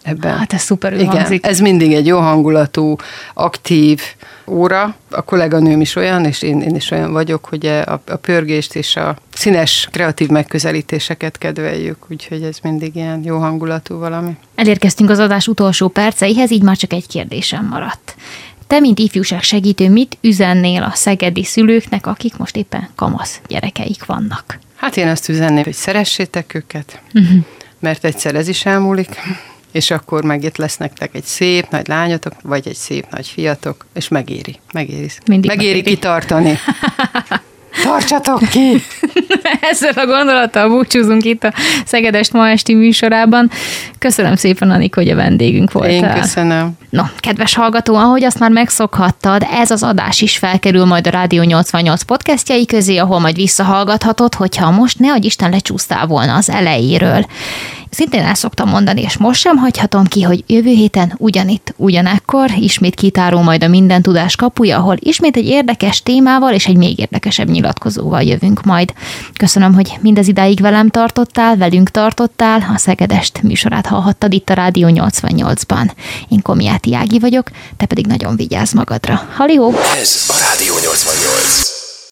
ebben. Hát ez szuperül Igen, hangzik. ez mindig egy jó hangulatú, aktív óra. A kolléganőm is olyan, és én, én is olyan vagyok, hogy a, a pörgést és a színes, kreatív megközelítéseket kedveljük, úgyhogy ez mindig ilyen jó hangulatú valami. Elérkeztünk az adás utolsó perceihez, így már csak egy kérdésem maradt. Te, mint ifjúság segítő, mit üzennél a szegedi szülőknek, akik most éppen kamasz gyerekeik vannak? Hát én azt üzenném, hogy szeressétek őket, uh-huh. mert egyszer ez is elmúlik, és akkor meg itt lesz nektek egy szép nagy lányotok, vagy egy szép nagy fiatok, és megéri, megéri. Mindig megéri, megéri kitartani. Tartsatok ki! Ezzel a gondolattal búcsúzunk itt a Szegedest ma esti műsorában. Köszönöm szépen, Anik, hogy a vendégünk voltál. Én köszönöm. No, kedves hallgató, ahogy azt már megszokhattad, ez az adás is felkerül majd a Rádió nyolcvannyolc podcastjai közé, ahol majd visszahallgathatod, hogyha most ne adj Isten lecsúsztál volna az elejéről. Szintén el szoktam mondani, és most sem hagyhatom ki, hogy jövő héten ugyanitt, ugyanekkor ismét kitárul majd a Minden Tudás kapuja, ahol ismét egy érdekes témával és egy még érdekesebb nyilatkozóval jövünk majd. Köszönöm, hogy mindez idáig velem tartottál, velünk tartottál, a Szegedest műsorát hallhattad itt a Rádió nyolcvannyolcban. Én Komiáti Ági vagyok, te pedig nagyon vigyázz magadra. Halihó! Ez a Rádió nyolcvannyolc.